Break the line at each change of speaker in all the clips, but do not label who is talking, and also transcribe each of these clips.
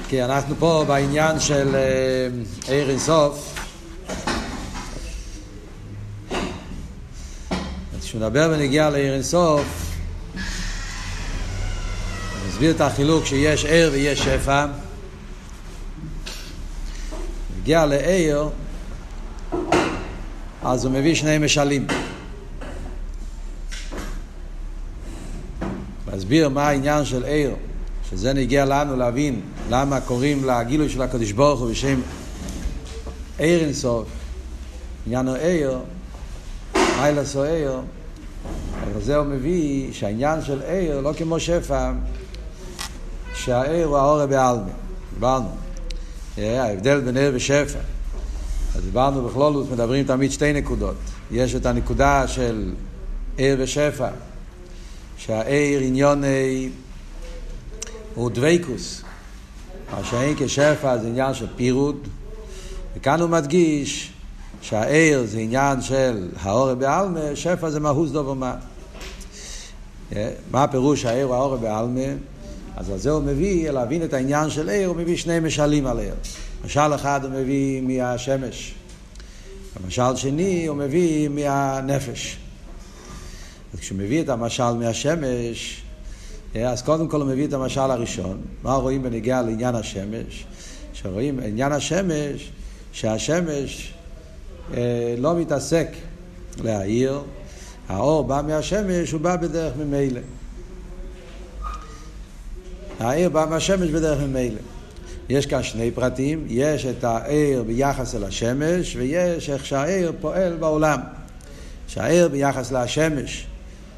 כי אנחנו פה בעניין של עיר אינסוף. כשנדבר ונגיע לעיר אינסוף, נסביר את החילוק שיש עיר ויש שפע. נגיע לעיר, אז הוא מביא שני משלים. להסביר מה העניין של עיר, שזה נגיע לנו להבין למה קוראים לגילוי של הקדוש ברוך הוא בשם עיר אינסוף. עניין העיר, מיילס או עיר, אבל זה הוא מביא שהעניין של עיר לא כמו שפע, שהעיר הוא האור בעלמא. דיברנו ההבדל בין עיר ושפע, אז דיברנו בכללות, מדברים תמיד שתי נקודות. יש את הנקודה של עיר ושפע, שהעיר עניוני הוא דוויקוס, מה שאין כשפע זה עניין של פירוד. וכאן הוא מדגיש שהעיר זה עניין של האור בעלמא, שפע זה מהות דבר מה. מה הפירוש העיר הוא האור בעלמא? אז על זה הוא מביא, להבין את העניין של עיר, הוא מביא שני משלים על עיר. משל אחד הוא מביא מהשמש, המשל שני הוא מביא מהנפש. אז כשהוא מביא את המשל מהשמש, אז קודם כל הוא מביא את המשל הראשון. מה רואים בנגיעה לעניין השמש? שרואים עניין השמש, שהשמש לא מתעסק להאיר, האור בא מהשמש, הוא בא בדרך ממילא. העיר בא מהשמש בדרך ממילא. יש כאן שני פרטים, יש את העיר ביחס אל השמש, ויש איך שהעיר פועל בעולם. שהעיר ביחס לשמש,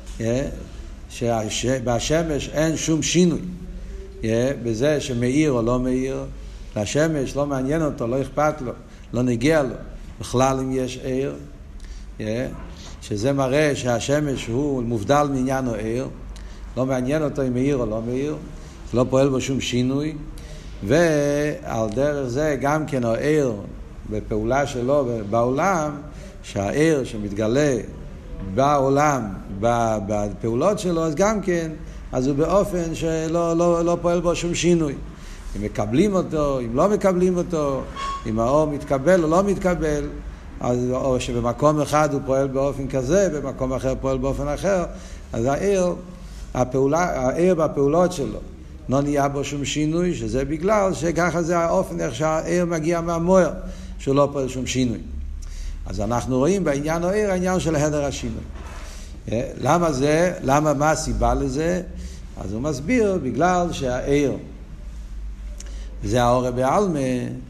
שבשמש אין שום שינוי בזה שמאיר או לא מאיר. לשמש לא מעניין אותו, לא אכפת לו, לא נגיע לו בכלל אם יש עיר, שזה מראה שהשמש הוא מובדל מעניין או עיר, לא מעניין אותו אם מאיר או לא מאיר, לא פועל בו שום שינוי. ועל דרך זה גם כן העיר בפעולה שלו בעולם, שהעיר שמתגלה בעולם בפעולות שלו, אז גם כן, אז הוא באופן שלא פועל בו שום שינוי. אם מקבלים אותו, אם לא מקבלים אותו, אם האור מתקבל או לא מתקבל, אז, או שבמקום אחד הוא פועל באופן כזה, במקום אחר פועל באופן אחר, אז העיר בפעולות שלו לא נהיה בו שום שינוי, שזה בגלל שככה זה האופן איך שהעיר מגיע מהמוער, שהוא לא פועל שום שינוי. אז אנחנו רואים בעניין העיר, העניין של הדר השינוי. למה זה? מה הסיבה לזה? אז הוא מסביר, בגלל שהעיר זה האור בעלמא,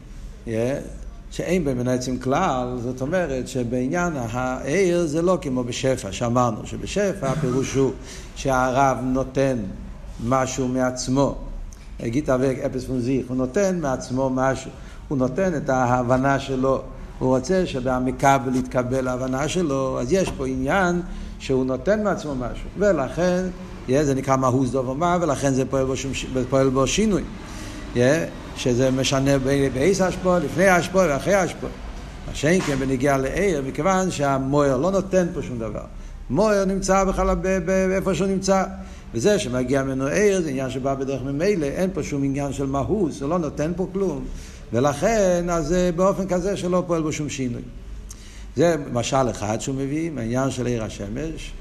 שאין בהם עצם כלל. זאת אומרת שבעניין העיר זה לא כמו בשפע, שאמרנו שבשפע הפירוש הוא שהרב נותן משהו מעצמו, גיד אבק אפס פונזיך, הוא נותן מעצמו משהו, הוא נותן את ההבנה שלו, הוא רוצה שבמקבל יתקבל ההבנה שלו. אז יש פה עניין שהוא נותן מעצמו משהו, ולכן זה נקרא מהות דבר מה, ולכן זה פועל בו שינוי, שזה משנה באיס השפוע, לפני השפוע ואחרי השפוע. השאין כן בנגיע לעיר, מכיוון שהמוער לא נותן פה שום דבר, מוער נמצא בכלל באיפה שהוא נמצא, וזה שמגיע ממנו עיר זה עניין שבא בדרך ממילא, אין פה שום עניין של מהות, זה לא נותן פה כלום, ולכן אז באופן כזה שלא פועל בו שום שינוי. זה משל אחד שהוא מביא מהעניין של עיר השמש.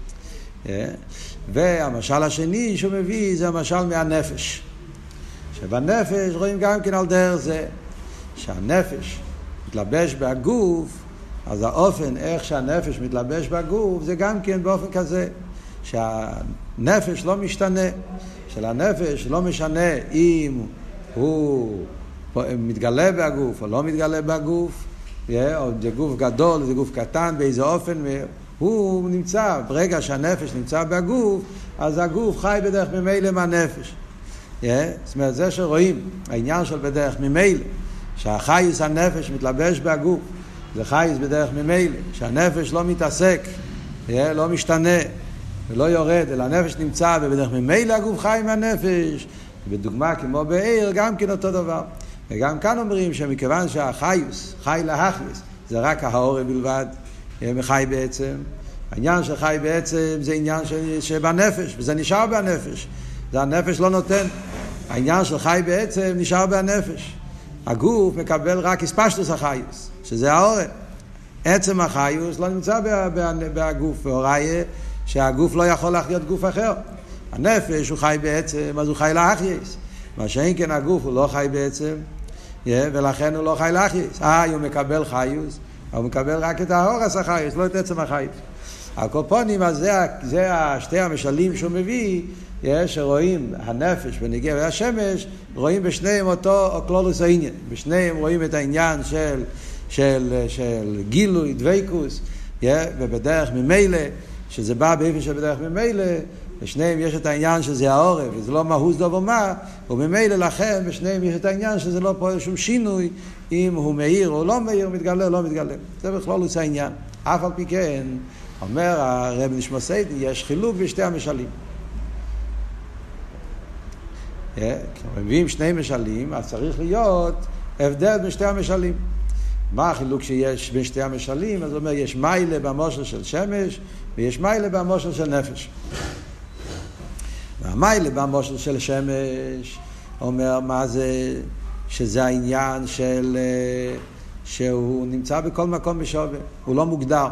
והמשל השני שהוא מביא זה המשל מהנפש, שבנפש רואים גם כן על דרך זה שהנפש מתלבש בגוף, אז האופן איך שהנפש מתלבש בגוף זה גם כן באופן כזה שהנפש לא משתנה, שלנפש לא משנה אם הוא מתגלה בגוף או לא מתגלה בגוף, או זה גוף גדול או זה גוף קטן, באיזה אופן הוא נמצא. ברגע שהנפש נמצא בגוף, אז הגוף חי בדרך ממילא מהנפש. זאת אומרת, זה שרואים העניין של בדרך ממילא, שהחייס הנפש מתלבש בגוף, זה חייס בדרך ממילא, שהנפש לא מתעסק, לא משתנה ולא יורד, אלא הנפש נמצא ובדרך ממילא הגוף חי מהנפש. בדוגמה כמו בעיר גם כן אותו דבר. וגם כאן אומרים שמכיוון שהחייס חי להכניס, זה רק האור בלבד מחי בעצם. העניין של חי בעצם זה עניין שבנפש, וזה נשאר בנפש, זה הנפש לא נותן. העניין של חי בעצם נשאר בנפש. הגוף מקבל רק הספשטוס החיוס, שזה האורן. עצם החיוס לא נמצא בגוף, והוראי שהגוף לא יכול להיות גוף אחר. הנפש הוא חי בעצם, אז הוא חי לאחייס. מה שאין כן הגוף הוא לא חי בעצם, ולכן הוא לא חי לאחייס. הוא מקבל חיוס, אבל הוא מקבל רק את האורס החיוס, לא את עצם החיוס. הקופונים, אז זה שתי המשלים שהוא מביא, שרואים הנפש ונגיע והשמש, רואים בשניהם אותו כלולוס העניין. בשניהם רואים את העניין של גילוי, דוויקוס, ובדרך ממילא, שזה בא באופן של בדרך ממילא, בשניהם יש את העניין שזה העורף, וזה לא מהות דבר מה, וממילא לכן בשניהם יש את העניין שזה לא פועל שום שינוי, אם הוא מאיר או לא מאיר, מתגלה או לא מתגלה. זה בכלולוס העניין. אף על פי כן, אומר הרב נשמע סיידן, יש חילוק בשתי המשלים. כשמביאים שני משלים, אז צריך להיות הבדל בין שתי המשלים. מה החילוק שיש בין שתי המשלים? אז הוא אומר, יש מיילה במושל של שמש, ויש מיילה במושל של נפש. והמיילה במושל של שמש אומר מה זה, שזה העניין שהוא נמצא בכל מקום בשווה, הוא לא מוגדר.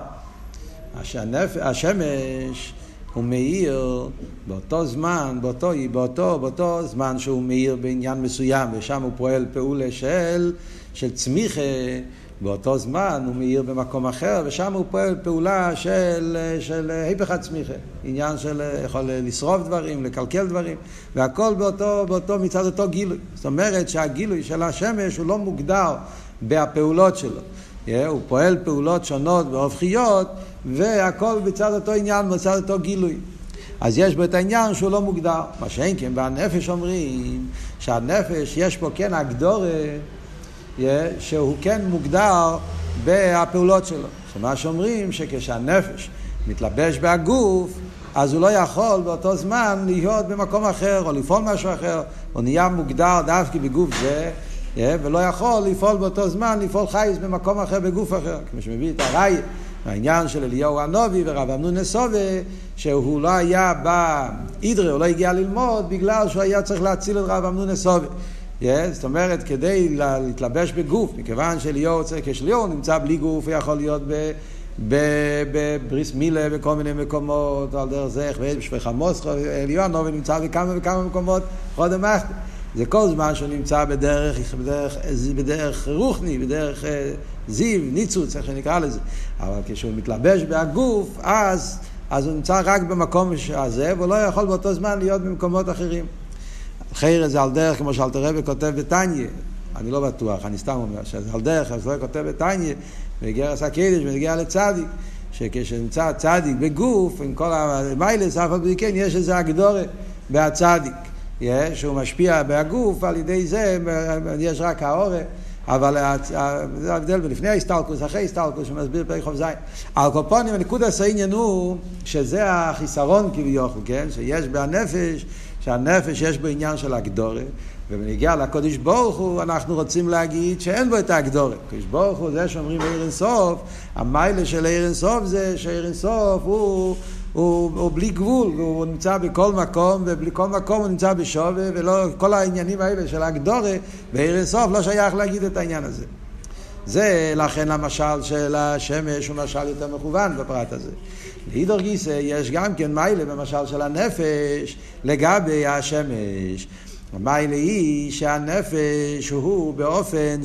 השמש הוא מאיר באותו זמן, באותו זמן שהוא מאיר בעניין מסוים, ושם הוא פועל פעולה של צמיחה, באותו זמן הוא מאיר במקום אחר, ושם הוא פועל פעולה של היפך הצמיחה, עניין של יכול לשרוף דברים, לקלקל דברים, והכל באותו מצד אותו גילוי. זאת אומרת שהגילוי של השמש הוא לא מוגדר בפעולות שלו. הוא פועל פעולות שונות והופכיות, והכל בצד אותו עניין, בצד אותו גילוי. אז יש בו את העניין שהוא לא מוגדר. מה שאין כן, בנפש אומרים שהנפש יש פה כן הגדורה, שהוא כן מוגדר בפעולות שלו. שמה שאומרים שכשהנפש מתלבש בהגוף, אז הוא לא יכול באותו זמן להיות במקום אחר, או לפעול משהו אחר, הוא נהיה מוגדר דווקא בגוף זה, ולא יכול לפעול באותו זמן, לפעול חייס במקום אחר, בגוף אחר. כמו שמביא את הראי, העניין של אליהו הנובי ורב אמנון נסובה, שהוא לא היה באידרה, הוא לא הגיע ללמוד, בגלל שהוא היה צריך להציל את רב אמנון נסובה. זאת אומרת, כדי להתלבש בגוף, מכיוון כשאליהו נמצא בלי גוף, הוא יכול להיות בבריס מילה, בכל מיני מקומות, על דרך זה, בשפך המוסך, אליהו הנובי נמצא בכמה וכמה מקומות, חודם אחת. זה כל זמן שהוא נמצא בדרך רוחני, בדרך זיו, ניצוץ, איך שנקרא לזה. אבל כשהוא מתלבש בהגוף, אז הוא נמצא רק במקום הזה, והוא לא יכול באותו זמן להיות במקומות אחרים. אחרי זה על דרך, כמו שאלתר רבי כותב בתניא, אני לא בטוח, אני סתם אומר, שזה על דרך, אז לא כותב בתניא, בגרס הקדש, ונגיע לצדיק, שכשנמצא צדיק בגוף, עם כל המיילס, אף על פי כן, יש איזה הגדורה בהצדיק. שהוא משפיע בהגוף, על ידי זה יש רק האורה, אבל זה ההבדל בלפני ההסתלקוס, אחרי ההסתלקוס, שמסביר פרק חוב זין. על קופונים, הנקודת העניין הוא שזה החיסרון כביכול, כן? שיש בנפש, שהנפש יש בו עניין של הגדורה, ובנגיע לקודש ברוך הוא, אנחנו רוצים להגיד שאין בו את הגדורה. קודש ברוך הוא, זה שאומרים עיר אינסוף, המיילה של עיר אינסוף זה שעיר אינסוף הוא בלי גבול, הוא נמצא בכל מקום, ובכל מקום הוא נמצא בשווה, ולא כל העניינים האלה של הגדורה, בעיר אינסוף לא שייך להגיד את העניין הזה. זה לכן המשל של השמש הוא משל יותר מכוון בפרט הזה. להידור גיסא יש גם כן מיילה במשל של הנפש לגבי השמש. המיילה היא שהנפש הוא באופן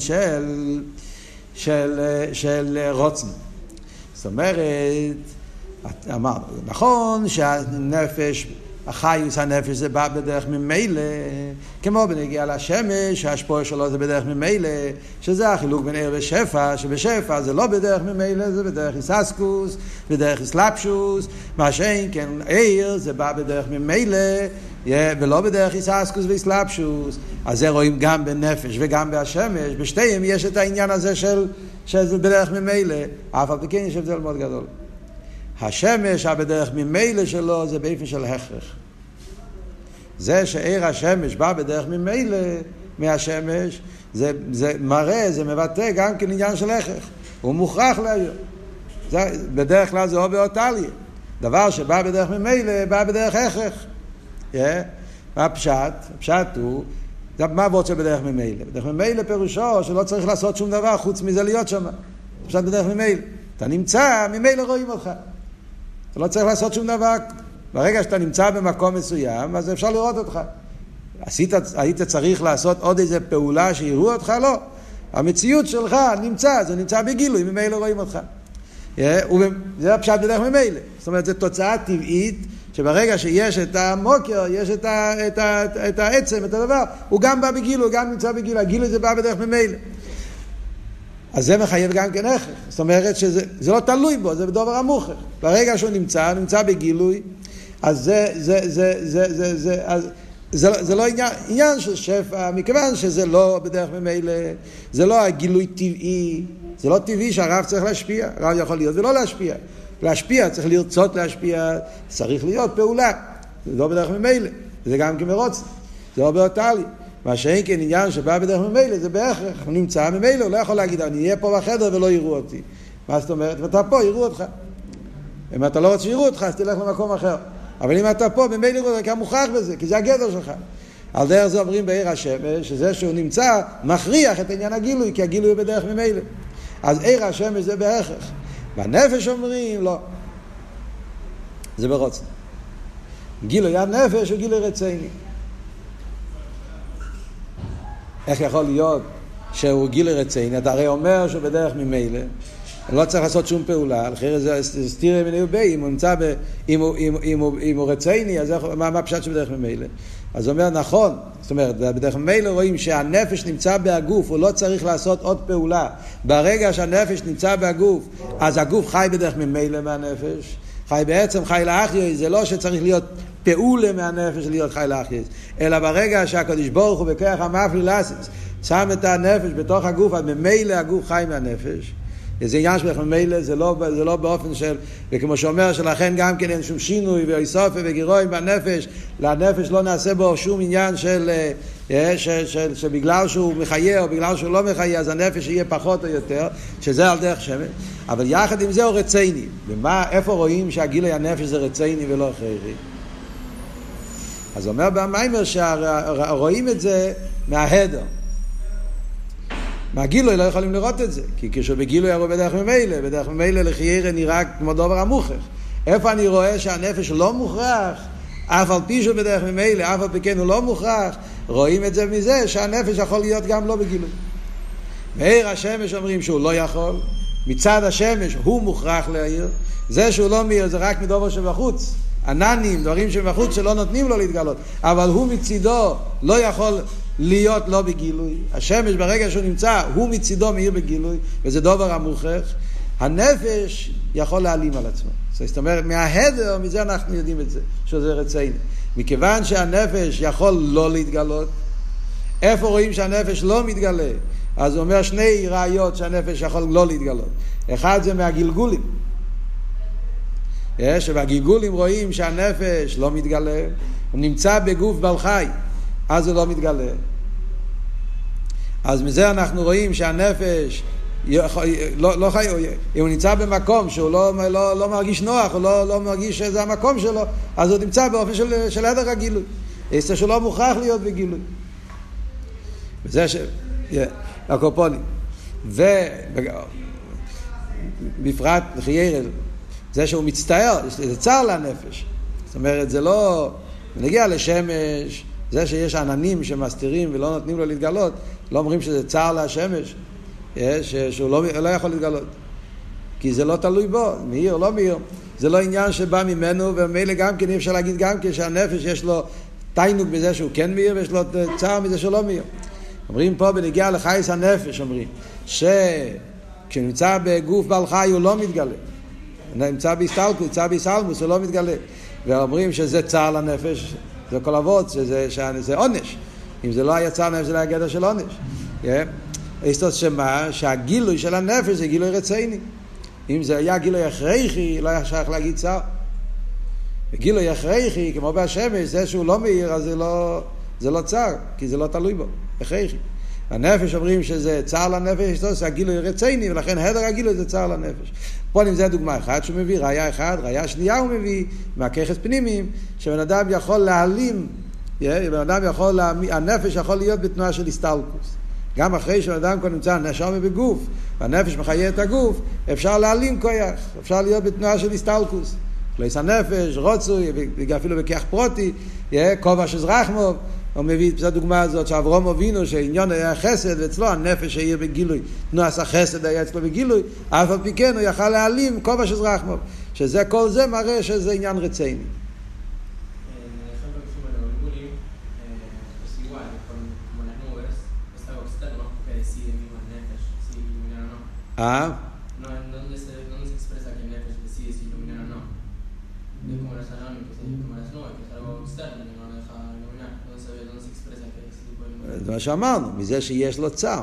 של רוצן. זאת אומרת, אמרנו, נכון שהנפש, החיוס הנפש זה בא בדרך ממילא, כמו בנגיע לשמש, ההשפוע שלו זה בדרך ממילא, שזה החילוק בין עיר ושפע, שבשפע זה לא בדרך ממילא, זה בדרך איססקוס, בדרך איסלאפשוס, מה שאין כן עיר זה בא בדרך ממילא, ולא בדרך איססקוס ואיסלאפשוס. אז זה רואים גם בנפש וגם בהשמש, בשתיהם יש את העניין הזה שזה בדרך ממילא, אף על פי כן יש הבדל מאוד גדול. השמש בדרך ממילא שלו זה באופן של הכרח. זה שעיר השמש בא בדרך ממילא מהשמש, זה מראה, זה מבטא גם כן עניין של הכרח. הוא מוכרח להעיר. בדרך כלל זה או באותליה. דבר שבא בדרך ממילא, בא בדרך הכרח. מה הפשט? הפשט הוא, מה רוצה בדרך ממילא? בדרך ממילא פירושו שלא צריך לעשות שום דבר חוץ מזה להיות שם. פשט בדרך ממילא. אתה נמצא, ממילא רואים אותך. אתה לא צריך לעשות שום דבר. ברגע שאתה נמצא במקום מסוים, אז אפשר לראות אותך. היית צריך לעשות עוד איזה פעולה שיראו אותך? לא. המציאות שלך נמצא, זה נמצא בגילוי, ממילא רואים אותך. זה הפשט בדרך ממילא. זאת אומרת, זו תוצאה טבעית, שברגע שיש את המוקר, יש את העצם, את הדבר, הוא גם בא בגילוי, הוא גם נמצא בגילוי. הגילוי זה בא בדרך ממילא. אז זה מחייב גם כן הכרח. זאת אומרת שזה לא תלוי בו, זה בדבר המוכח. ברגע שהוא נמצא בגילוי, אז זה לא עניין של שפע, מכיוון שזה לא בדרך ממילא, זה לא הגילוי טבעי, זה לא טבעי שהרב צריך להשפיע, הרב יכול להיות ולא להשפיע. להשפיע, צריך לרצות להשפיע, צריך להיות פעולה. זה לא בדרך ממילא, זה גם כמרוץ, זה לא באותלי. מה שאין כן עניין שבא בדרך ממילא, זה בהכרח, הוא נמצא ממילא, הוא לא יכול להגיד, אני אהיה פה בחדר ולא יראו אותי. מה זאת אומרת? ואתה פה, יראו אותך. אם אתה לא רוצה שיראו אותך, אז תלך למקום אחר. אבל אם אתה פה, ממילא יראו אותך, כי מוכרח בזה, כי זה הגדר שלך. על דרך זה אומרים בעיר השמש, שזה שהוא נמצא, מכריח את עניין הגילוי, כי הגילוי הוא בדרך ממילא. אז עיר השמש זה בהכרח. בנפש אומרים, לא. זה ברוצן. גילוי הנפש הוא גילוי רציני. איך יכול להיות שהוא גילוי רציני? אתה הרי אומר שהוא בדרך ממילא, לא צריך לעשות שום פעולה, אחרי זה סתירה מני ובי, אם הוא רציני, אז מה פשט שבדרך ממילא? אז הוא אומר, נכון, זאת אומרת, בדרך ממילא רואים שהנפש נמצא בהגוף, הוא לא צריך לעשות עוד פעולה. ברגע שהנפש נמצא בהגוף, אז הגוף חי בדרך ממילא מהנפש, חי בעצם, חי לאחייס, זה לא שצריך להיות פעולה מהנפש להיות חי לאחייס, אלא ברגע שהקדוש ברוך הוא בכוח המפלי לעשות, שם את הנפש בתוך הגוף, אז ממילא הגוף חי מהנפש. זה עניין שבדרך ממילא, זה לא באופן של, וכמו שאומר שלכן גם כן אין שום שינוי ואיסופה וגירויים בנפש, לנפש לא נעשה בו שום עניין שבגלל שהוא מחיה או בגלל שהוא לא מחיה, אז הנפש יהיה פחות או יותר, שזה על דרך שמן. אבל יחד עם זה הוא רציני. איפה רואים שהגילוי הנפש זה רציני ולא הכרחי? אז אומר במיימר שרואים את זה מההדר. מהגילוי לא יכולים לראות את זה, כי כשבגילוי הרואה בדרך ממילא, בדרך ממילא לחיירה נראה כמו דבר המוכח. איפה אני רואה שהנפש לא מוכרח, אף על פי שהוא בדרך ממילא, אף על פי כן הוא לא מוכרח, רואים את זה מזה שהנפש יכול להיות גם לא בגילוי. בעיר השמש אומרים שהוא לא יכול, מצד השמש הוא מוכרח להעיר, זה שהוא לא מאיר זה רק מדובר שבחוץ, עננים, דברים שבחוץ שלא נותנים לו להתגלות, אבל הוא מצידו לא יכול להיות לא בגילוי. השמש ברגע שהוא נמצא, הוא מצידו מאיר בגילוי, וזה דבר המוכח. הנפש יכול להעלים על עצמו. זאת אומרת, מההדר, מזה אנחנו יודעים את זה, שזה רציני. מכיוון שהנפש יכול לא להתגלות, איפה רואים שהנפש לא מתגלה? אז הוא אומר שני ראיות שהנפש יכול לא להתגלות. אחד זה מהגלגולים. שבגלגולים רואים שהנפש לא מתגלה, הוא נמצא בגוף בעל חי. אז הוא לא מתגלה. אז מזה אנחנו רואים שהנפש לא חי, אם הוא נמצא במקום שהוא לא מרגיש נוח, הוא לא מרגיש שזה המקום שלו, אז הוא נמצא באופן של עדר הגילוי. זה שלא מוכרח להיות בגילוי. וזה הקופונים. ובפרט לחיירל, זה שהוא מצטער, זה צער לנפש. זאת אומרת, זה לא, נגיע לשמש, זה שיש עננים שמסתירים ולא נותנים לו להתגלות, לא אומרים שזה צער להשמש, שהוא לא יכול להתגלות. כי זה לא תלוי בו, מאיר או לא מאיר. זה לא עניין שבא ממנו, ומילא גם כן אפשר להגיד גם כן שהנפש יש לו תיינוק בזה שהוא כן מאיר, ויש לו צער מזה שהוא לא מאיר. אומרים פה בנגיע לחייס הנפש, אומרים, שכשנמצא בגוף בעל חי הוא לא מתגלה. נמצא בהסתלקות, נמצא בהסלמוס, הוא לא מתגלה. ואומרים שזה צער לנפש, זה כל אבות, שזה עונש. אם זה לא היה צער לנפש, זה לא היה גדר של עונש. אסתוס שמה, שהגילוי של הנפש זה גילוי רציני. אם זה היה גילוי הכרחי, לא היה שייך להגיד צער. וגילוי הכרחי, כמו בהשמש, זה שהוא לא מאיר, אז זה לא צער, כי זה לא תלוי בו, הכרחי. הנפש אומרים שזה צער לנפש, זה הגילוי רציני, ולכן הדר הגילוי זה צער לנפש. פה נמצא דוגמה אחת שהוא מביא, ראיה אחד, ראיה שנייה הוא מביא, מהככס פנימיים, שבן אדם יכול להעלים הנפש יכול להיות בתנועה של הסתלקוס. גם אחרי שאדם כבר נמצא נשמה בגוף, והנפש מחיה את הגוף, אפשר להעלים כוח, אפשר להיות בתנועה של הסתלקוס. כלייס הנפש, רוצוי, אפילו בכך פרוטי, כובע של רחמוב, הוא מביא את הדוגמה הזאת שאברהם אבינו שעניין היה חסד, ואצלו הנפש היה בגילוי, תנועת החסד היה אצלו בגילוי, אף על פי כן הוא יכל להעלים כובע של רחמוב, שזה כל זה מראה שזה עניין רציני.
¿Dónde se expresa que el nefesh decide si iluminar o no? Es como las análisis, como las nubes, que es algo externo, que no deja iluminar. ¿Dónde se expresa que ese tipo de iluminar?
זה מה שאמרנו, מזה שיש לו צער.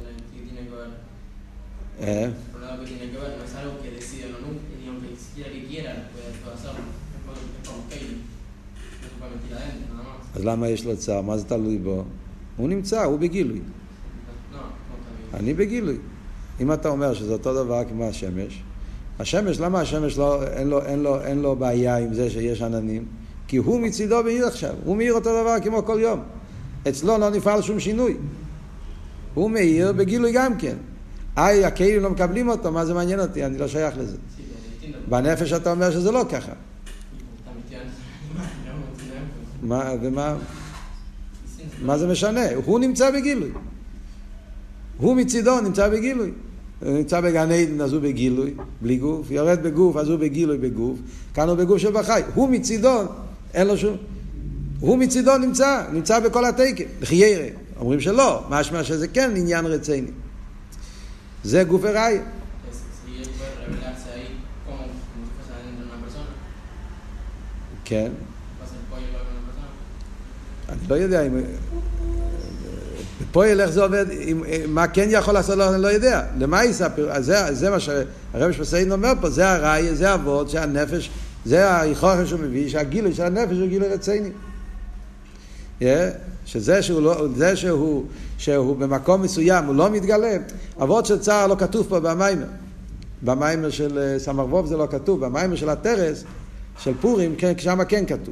El problema que tiene que ver no es algo que decide o no, ni aunque siquiera que quiera, puede hacerlo. Es como Kevin, no se puede meter adentro, nada más.
אז למה יש לו צער? מה זה תלוי בו? הוא נמצא, הוא בגילוי.
No también.
אני בגילוי. אם אתה אומר שזה אותו דבר כמו השמש, השמש, למה השמש אין לו בעיה עם זה שיש עננים? כי הוא מצידו מאיר עכשיו, הוא מאיר אותו דבר כמו כל יום. אצלו לא נפעל שום שינוי. הוא מאיר בגילוי גם כן. הכלים לא מקבלים אותו, מה זה מעניין אותי? אני לא שייך לזה. בנפש אתה אומר שזה לא ככה. מה זה משנה? הוא נמצא בגילוי. הוא מצידו נמצא בגילוי. הוא נמצא בגן עדן, אז הוא בגילוי, בלי גוף. יורד בגוף, אז הוא בגילוי בגוף. כאן הוא בגוף של בחי. הוא מצידו, אין לו שום. הוא מצידו נמצא בכל התקן. לחיירה. אומרים שלא, משמע שזה כן עניין רציני. זה גוף הראי. כן. אני לא יודע אם... פה ילך זה עובד, מה כן יכול לעשות לו, אני לא יודע. למה יספר? זה מה שהרב שפסאין אומר פה, זה הראי, זה אבות, שהנפש, זה היכוח שהוא מביא, שהגילוי של הנפש הוא גילוי רציני. שזה שהוא במקום מסוים, הוא לא מתגלה. אבות של צער לא כתוב פה במיימר. במיימר של סמרבוב זה לא כתוב, במיימר של הטרס, של פורים, שם כן כתוב.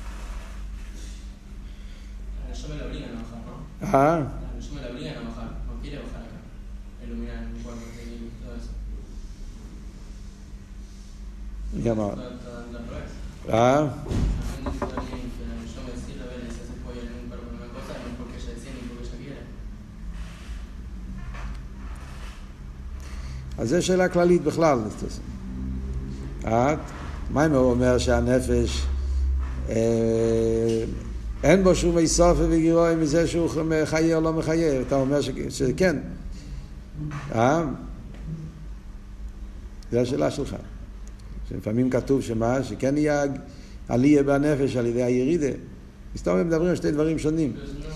למה? אז זו שאלה כללית בכלל. מה אם הוא אומר שהנפש אין בו שום איסוף וגירוי מזה שהוא מחיה או לא מחיה? אתה אומר שכן. זו השאלה שלך. שלפעמים כתוב שמה? שכן יהיה עלייה בנפש על ידי הירידה. מסתובבים מדברים על שתי דברים שונים.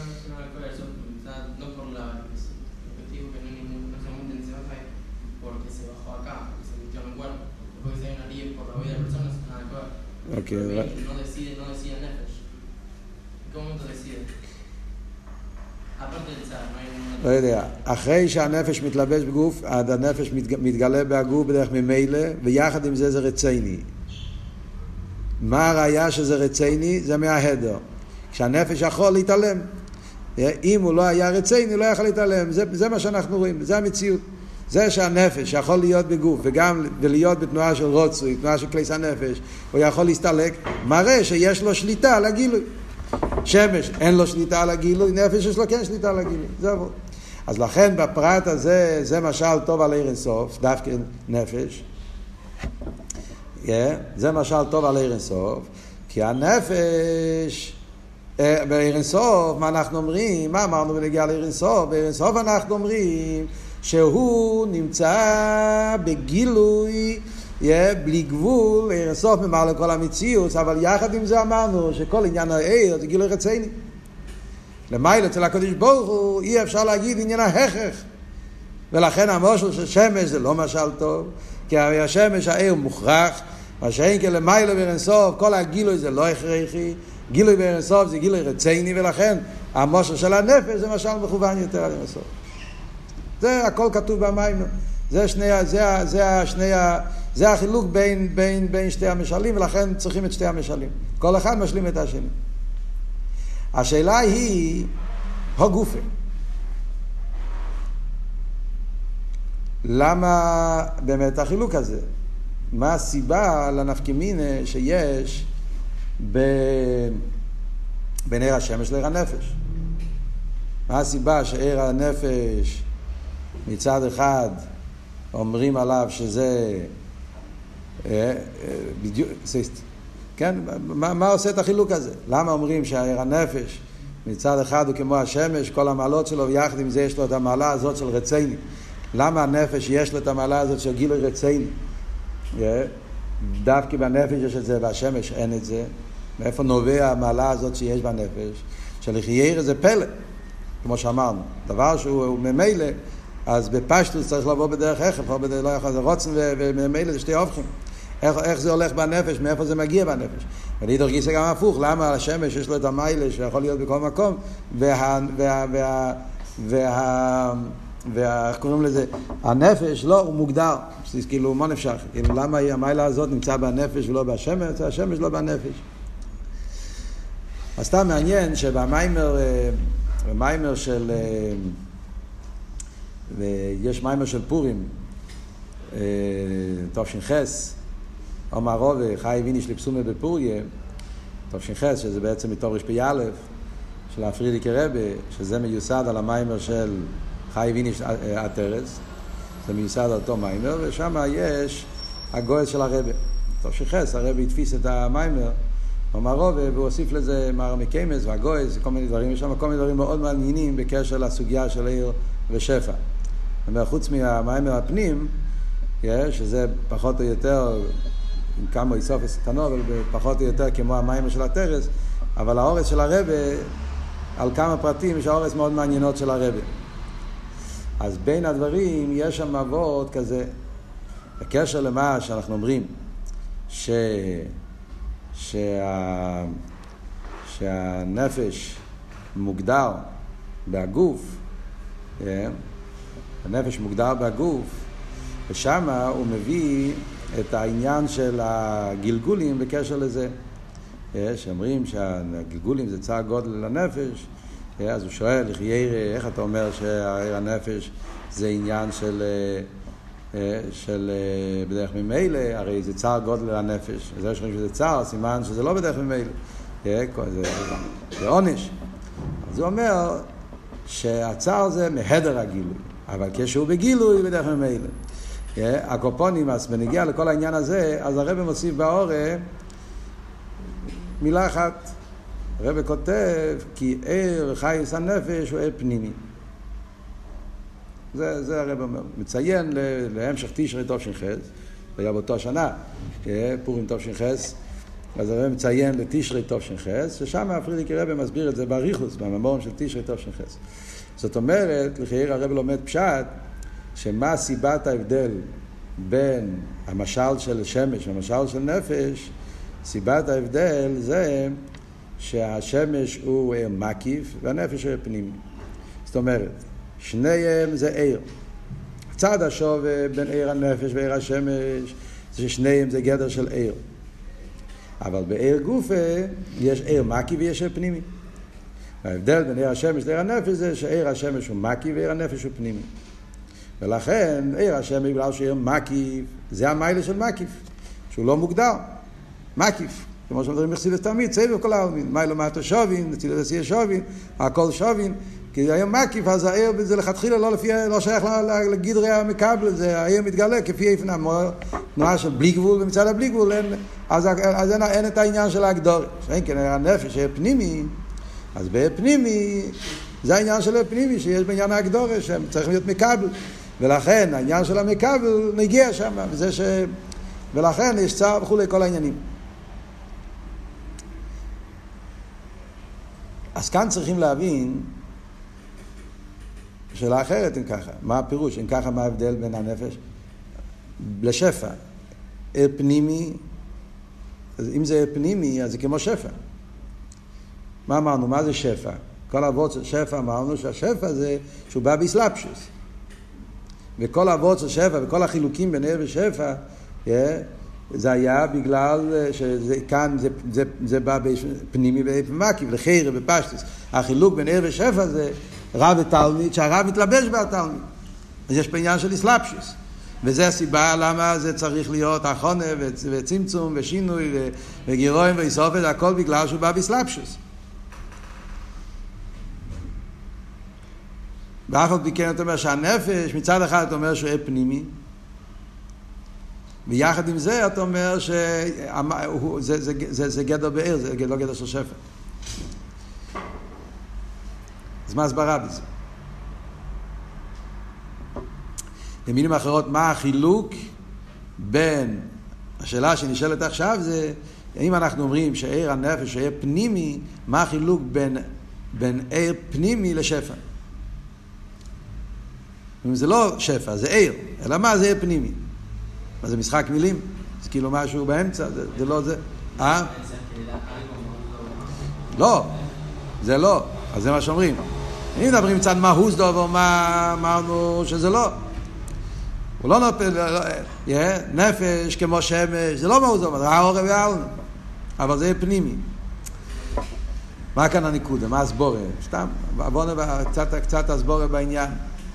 אוקיי.
no decide el nefesh. ¿En qué momento decide? Aparte del צער,
לא יודע. אחרי שהנפש מתלבש בגוף, הנפש מתגלה בהגוף בדרך ממילא, ויחד עם זה זה רציני. מה הראיה שזה רציני? זה מההדר. כשהנפש יכול להתעלם. אם הוא לא היה רציני, לא יכול להתעלם. זה מה שאנחנו רואים, זה המציאות. זה שהנפש יכול להיות בגוף וגם ולהיות בתנועה של רוצוי, תנועה של כליס הנפש, הוא יכול להסתלק, מראה שיש לו שליטה על הגילוי. שמש אין לו שליטה על הגילוי, נפש יש לו כן שליטה על הגילוי. זה עבוד. אז לכן בפרט הזה, זה משל טוב על עיר אינסוף, דווקא נפש. זה משל טוב על עיר אינסוף, כי הנפש, בעיר אינסוף, מה אנחנו אומרים? מה אמרנו בנגיע לעיר אינסוף? בעיר אינסוף אנחנו אומרים שהוא נמצא בגילוי בלי גבול, סוף ממעלה כל המציאות, אבל יחד עם זה אמרנו שכל עניין העיר זה גילוי רציני. למעלה אצל הקדוש ברוך הוא אי אפשר להגיד עניין ההכרח, ולכן המשל של שמש זה לא משל טוב, כי הרי השמש העיר מוכרח, מה שאין כי למעלה ברנסוף כל הגילוי זה לא הכרחי, גילוי ברנסוף זה גילוי רציני, ולכן המשל של הנפש זה משל מכוון יותר על הרנסוף. זה הכל כתוב במים. זה החילוק בין שתי המשלים, ולכן צריכים את שתי המשלים. כל אחד משלים את השני. השאלה היא, הגופה. למה באמת החילוק הזה? מה הסיבה לנפקמינה שיש בין עיר השמש לעיר הנפש? מה הסיבה שעיר הנפש מצד אחד אומרים עליו שזה בדיוק, כן? מה עושה את החילוק הזה? למה אומרים שהעיר הנפש מצד אחד הוא כמו השמש, כל המעלות שלו, ויחד עם זה יש לו את המעלה הזאת של רציני? למה הנפש יש לו את המעלה הזאת של גילוי רציני? דווקא בנפש יש את זה, והשמש אין את זה. מאיפה נובע המעלה הזאת שיש בנפש? שלחייר זה פלא, כמו שאמרנו. דבר שהוא ממילא, אז בפשטוס צריך לבוא בדרך איך, לא יכול, זה רוצן וממילא זה שתי הופכים. איך זה הולך בנפש, מאיפה זה מגיע בנפש. ולהידור גיסא גם הפוך, למה השמש יש לו את המיילה שיכול להיות בכל מקום, איך קוראים לזה? הנפש לא, הוא מוגדר. כאילו, מה נפשך? כאילו, למה המיילה הזאת נמצא בנפש ולא בשמש? השמש לא בנפש. אז סתם מעניין שבמיימר של, ויש מיימר של פורים, תש"ח, אומר רובה, חי ויניש לפסומה בפוריה, תש"ח, שזה בעצם מתור רש"פ של הפרידיקי רבה, שזה מיוסד על המיימר של חי ויניש הטרס, זה מיוסד על אותו מיימר, ושם יש הגויס של הרבה. תש"ח, הרבה התפיס את המיימר, אומר רובה, והוא הוסיף לזה מר מקיימס והגויס, כל מיני דברים, יש שם כל מיני דברים מאוד מעניינים בקשר לסוגיה של עיר ושפע. חוץ מהמיימר הפנים, שזה פחות או יותר, עם כמה איסופס קטנו, אבל פחות או יותר כמו המיימר של הטרס, אבל האורס של הרבה, על כמה פרטים יש האורס מאוד מעניינות של הרבה. אז בין הדברים יש שם עבוד כזה, בקשר למה שאנחנו אומרים, שהנפש מוגדר בגוף, הנפש מוגדר בגוף, ושם הוא מביא את העניין של הגלגולים בקשר לזה. שאומרים שהגלגולים זה צער גודל לנפש, אז הוא שואל, איך אתה אומר שהעיר הנפש זה עניין של בדרך ממילא, הרי זה צער גודל לנפש. אז יש חושבים שזה צער, סימן שזה לא בדרך ממילא. זה עונש. אז הוא אומר שהצער זה מהדר הגילוי, אבל כשהוא בגילוי בדרך ממילא. הקופונימס, בנגיע לכל העניין הזה, אז הרב מוסיף באורה מילה אחת. הרב כותב כי עיר חייס הנפש הוא עיר פנימי. זה הרב אומר. מציין להמשך תשרי תש"ח, היה באותה שנה, פורים תש"ח, אז הרב מציין לתשרי תש"ח, ששם הפרידיקי רב מסביר את זה באריכות, במאמרים של תשרי תש"ח. זאת אומרת, לחייר הרב לומד פשט, שמה סיבת ההבדל בין המשל של שמש והמשל של נפש, סיבת ההבדל זה שהשמש הוא עיר מקיף והנפש הוא עיר פנימי. זאת אומרת, שניהם זה עיר. הצד השווה בין עיר הנפש ועיר השמש, זה ששניהם זה גדר של עיר. אבל בעיר גופה יש עיר מקיף ויש עיר פנימי. ההבדל בין עיר השמש לעיר הנפש זה שעיר השמש הוא מקיף ועיר הנפש הוא פנימי. ולכן עיר השמש בגלל שעיר מקיף, זה המיילה של מקיף, שהוא לא מוגדר. מקיף. כמו שמדברים בחסידות תמיד, סבב כל העלמין, מיילו מעטו שובין, נצילות עשייה שובין, הכל שובין, כי היום מקיף, אז העיר זה לכתחילה לא שייך לגדרי המקבל, זה העיר מתגלה כפי איפנה, תנועה של בלי גבול, ומצד הבלי גבול, אז אין את העניין של ההגדורת. שאין כן, הנפש, העיר פנימי, אז בעיר פנימי, זה העניין של העיר פנימי, שיש בעניין ההגדורת, שהם צריכים להיות מקבל, ולכן העניין של המקבל נגיע שם, ולכן יש צער וכו' כל העניינים. אז כאן צריכים להבין שאלה אחרת אם ככה. מה הפירוש? אם ככה, מה ההבדל בין הנפש לשפע? עיר פנימי, אז אם זה עיר פנימי, אז זה כמו שפע. מה אמרנו? מה זה שפע? כל אבות של שפע אמרנו שהשפע זה שהוא בא באסלאפשוס. וכל אבות של שפע וכל החילוקים בין עיר ושפע, זה היה בגלל שכאן זה בא פנימי ומקיף, לחיר בפשטוס. החילוק בין עיר ושפע זה רב ותלמיד, שהרב מתלבש בתלמיד. אז יש פה עניין של אסלאפשוס. וזה הסיבה למה זה צריך להיות החונה וצמצום ושינוי וגירויים ואיסופת, הכל בגלל שהוא בא באסלאפשוס. ואף על פי כן אתה אומר שהנפש, מצד אחד אתה אומר שהוא פנימי, ויחד עם זה אתה אומר שזה גדר בעיר, זה לא גדר של שפע. אז מה הסברה בזה? במילים אחרות, מה החילוק בין, השאלה שנשאלת עכשיו זה, אם אנחנו אומרים שעיר הנפש הוא עיר פנימי, מה החילוק בין עיר פנימי לשפע? זה לא שפע, זה עיר, אלא מה זה עיר פנימי? מה זה משחק מילים? זה כאילו משהו באמצע, זה לא זה. לא, זה לא, אז זה מה שאומרים. אם מדברים מצד מה הוסדוב או מה אמרנו שזה לא. הוא לא נופל, נפש כמו שמש, זה לא מה הוסדוב, זה האור והעלנו. אבל זה פנימי. מה כאן הנקודה? מה הסבורה? סתם, בואו נבוא קצת הסבורה בעניין.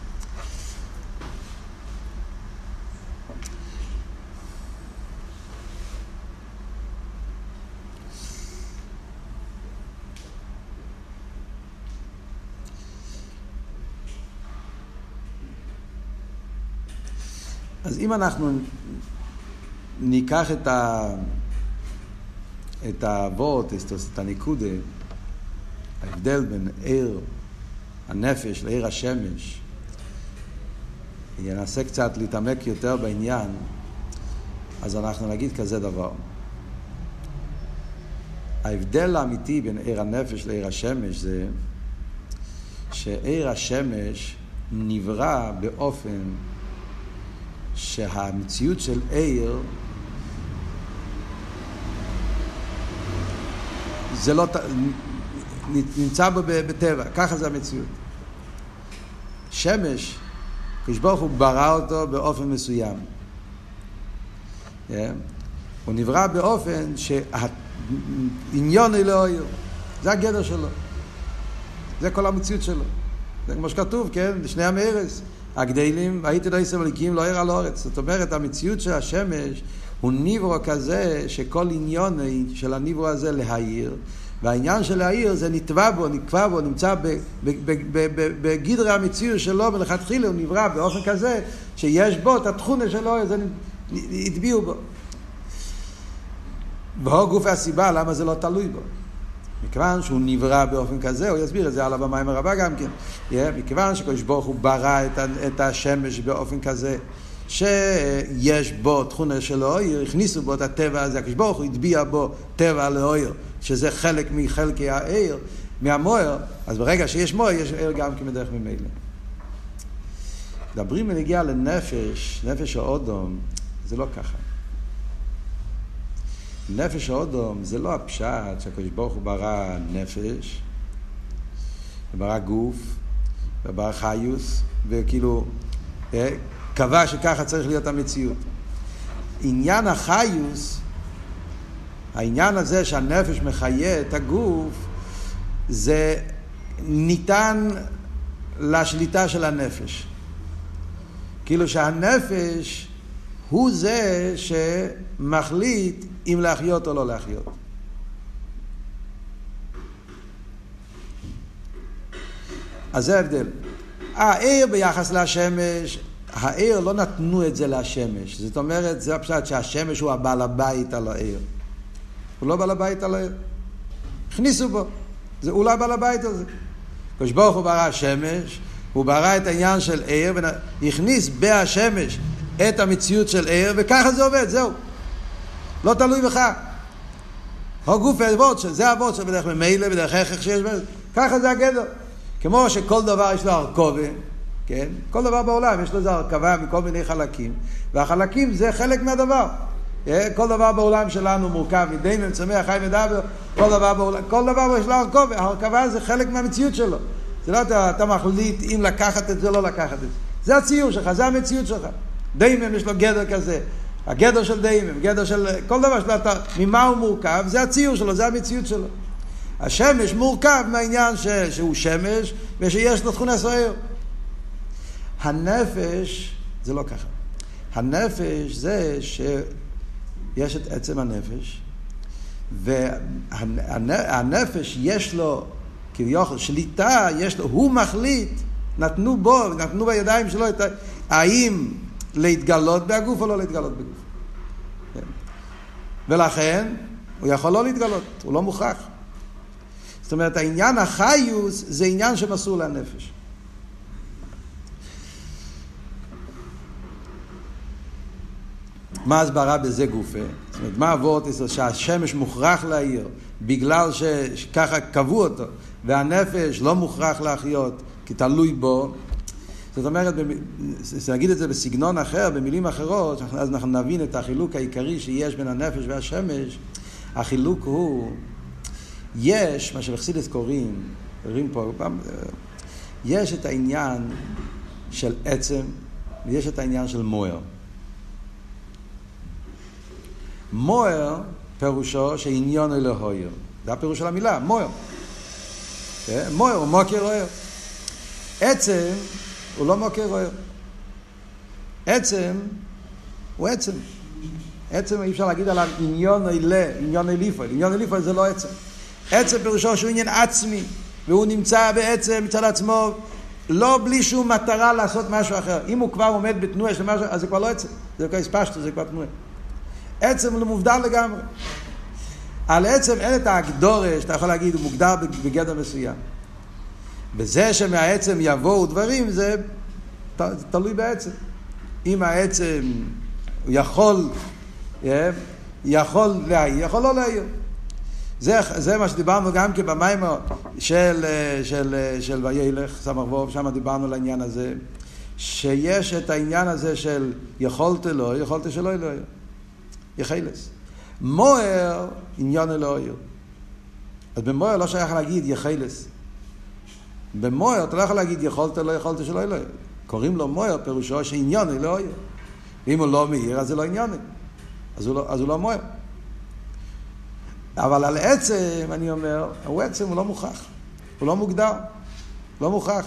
אז אם אנחנו ניקח את האבות, את הניקודה, ההבדל בין עיר הנפש לעיר השמש, ינסה קצת להתעמק יותר בעניין, אז אנחנו נגיד כזה דבר. ההבדל האמיתי בין עיר הנפש לעיר השמש זה שעיר השמש נברא באופן שהמציאות של עיר זה לא נמצא בו בטבע, ככה זה המציאות. שמש, כשברוך הוא ברא אותו באופן מסוים. הוא נברא באופן שהעניון היא לא עיר. זה הגדר שלו. זה כל המציאות שלו. זה כמו שכתוב, כן? שני המארץ. הגדלים, הייתי לא יסם הליקים, לא עיר על אורץ. זאת אומרת, המציאות של השמש הוא ניברו כזה שכל עניון של הניברו הזה להעיר, והעניין של להעיר זה נטבע בו, נקבע בו, נמצא בגדרי המציאות שלו, מלכתחילה הוא נברא באופן כזה שיש בו את התכונה שלו, זה התביעו בו. והוא גוף הסיבה למה זה לא תלוי בו. מכיוון שהוא נברא באופן כזה, הוא יסביר את זה על הבמה עם הרבה גם כן. מכיוון שקדוש ברוך הוא ברא את השמש באופן כזה, שיש בו תכונה של האור, הכניסו בו את הטבע הזה, הקדוש ברוך הוא הטביע בו טבע לאור, שזה חלק מחלקי העיר, מהמויר, אז ברגע שיש מויר, יש עיר גם כמדרך ממילא. מדברים ונגיע לנפש, נפש האודום, זה לא ככה. נפש האודום זה לא הפשט שהקדוש ברוך הוא ברא נפש, וברא גוף, וברא חיוס, וכאילו קבע שככה צריך להיות המציאות. עניין החיוס, העניין הזה שהנפש מחיה את הגוף, זה ניתן לשליטה של הנפש. כאילו שהנפש הוא זה שמחליט אם להחיות או לא להחיות. אז זה ההבדל. העיר ביחס לשמש, העיר לא נתנו את זה לשמש. זאת אומרת, זה הפשט שהשמש הוא הבעל הבית על העיר. הוא לא בעל הבית על העיר. הכניסו בו. זה אולי בעל הבית על זה. הקדוש ברוך הוא ברא השמש, הוא ברא את העניין של עיר, והכניס בהשמש את המציאות של עיר, וככה זה עובד, זהו. לא תלוי בך. הגוף העבוד, זה העבוד שבדרך ממילא, בדרך הכרח שיש בזה. ככה זה הגדר. כמו שכל דבר יש לו הרכובה, כן? כל דבר בעולם יש לו זה הרכבה מכל מיני חלקים, והחלקים זה חלק מהדבר. כל דבר בעולם שלנו מורכב מדמיון, צמח, חי מדבר, כל דבר יש לו הרכובה. ההרכבה זה חלק מהמציאות שלו. זה לא אתה מחליט אם לקחת את זה או לא לקחת את זה. זה הציור שלך, זה המציאות שלך. דמיון יש לו גדר כזה, הגדר של דיימם, גדר של כל דבר שלו, ממה הוא מורכב? זה הציור שלו, זה המציאות שלו. השמש מורכב מהעניין שהוא שמש ושיש לו תכונה סוער. הנפש זה לא ככה. הנפש זה שיש את עצם הנפש, והנפש יש לו כביכול שליטה, יש לו, הוא מחליט, נתנו בידיים שלו את האם להתגלות בהגוף או לא להתגלות בגוף. ולכן הוא יכול לא להתגלות, הוא לא מוכרח. זאת אומרת, העניין החיוס זה עניין שמסור לנפש. מה הסברה בזה גופה? זאת אומרת, מה עבוד שהשמש מוכרח להאיר בגלל שככה קבעו אותו, והנפש לא מוכרח להחיות כי תלוי בו. זאת אומרת, נגיד את זה בסגנון אחר, במילים אחרות, אז אנחנו נבין את החילוק העיקרי שיש בין הנפש והשמש. החילוק הוא, יש, מה שבחסידות קוראים פה, יש את העניין של עצם, ויש את העניין של מוער. מוער פירושו שעניון אלוהי. זה הפירוש של המילה, מוער. מוער הוא מוקר אוהר. עצם הוא לא מוקר אוהר. עצם הוא עצם. עצם אי אפשר להגיד עליו עניון אלה, עניון אליפוי. עניון אליפוי זה לא עצם. עצם פירושו שהוא עניין עצמי, והוא נמצא בעצם מצד עצמו, לא בלי שום מטרה לעשות משהו אחר. אם הוא כבר עומד בתנועה של משהו, אז זה כבר לא עצם. זה כבר הספשטו, זה כבר תנועה. עצם הוא מוגדר לגמרי. על עצם אין את ההגדורה שאתה יכול להגיד, הוא מוגדר בגדר מסוים. בזה שמהעצם יבואו דברים, זה תלוי בעצם. אם העצם הוא יכול להעיר, יכול לא להעיר. זה מה שדיברנו גם כבמיימר של וילך, סמך ווב, שם דיברנו על העניין הזה, שיש את העניין הזה של יכולת לא, יכולת שלא לא. יחילס. מוער עניין אלוהי. אז במוער לא שייך להגיד יחילס. במוער אתה לא יכול להגיד יכולת לא, יכולת שלא אלוהי. קוראים לו מוער פירושו שעניין אלוהי. אם הוא לא מהיר אז זה לא עניין. אז הוא לא מוער. אבל על עצם אני אומר, הוא עצם הוא לא מוכח. הוא לא מוגדר. לא מוכח.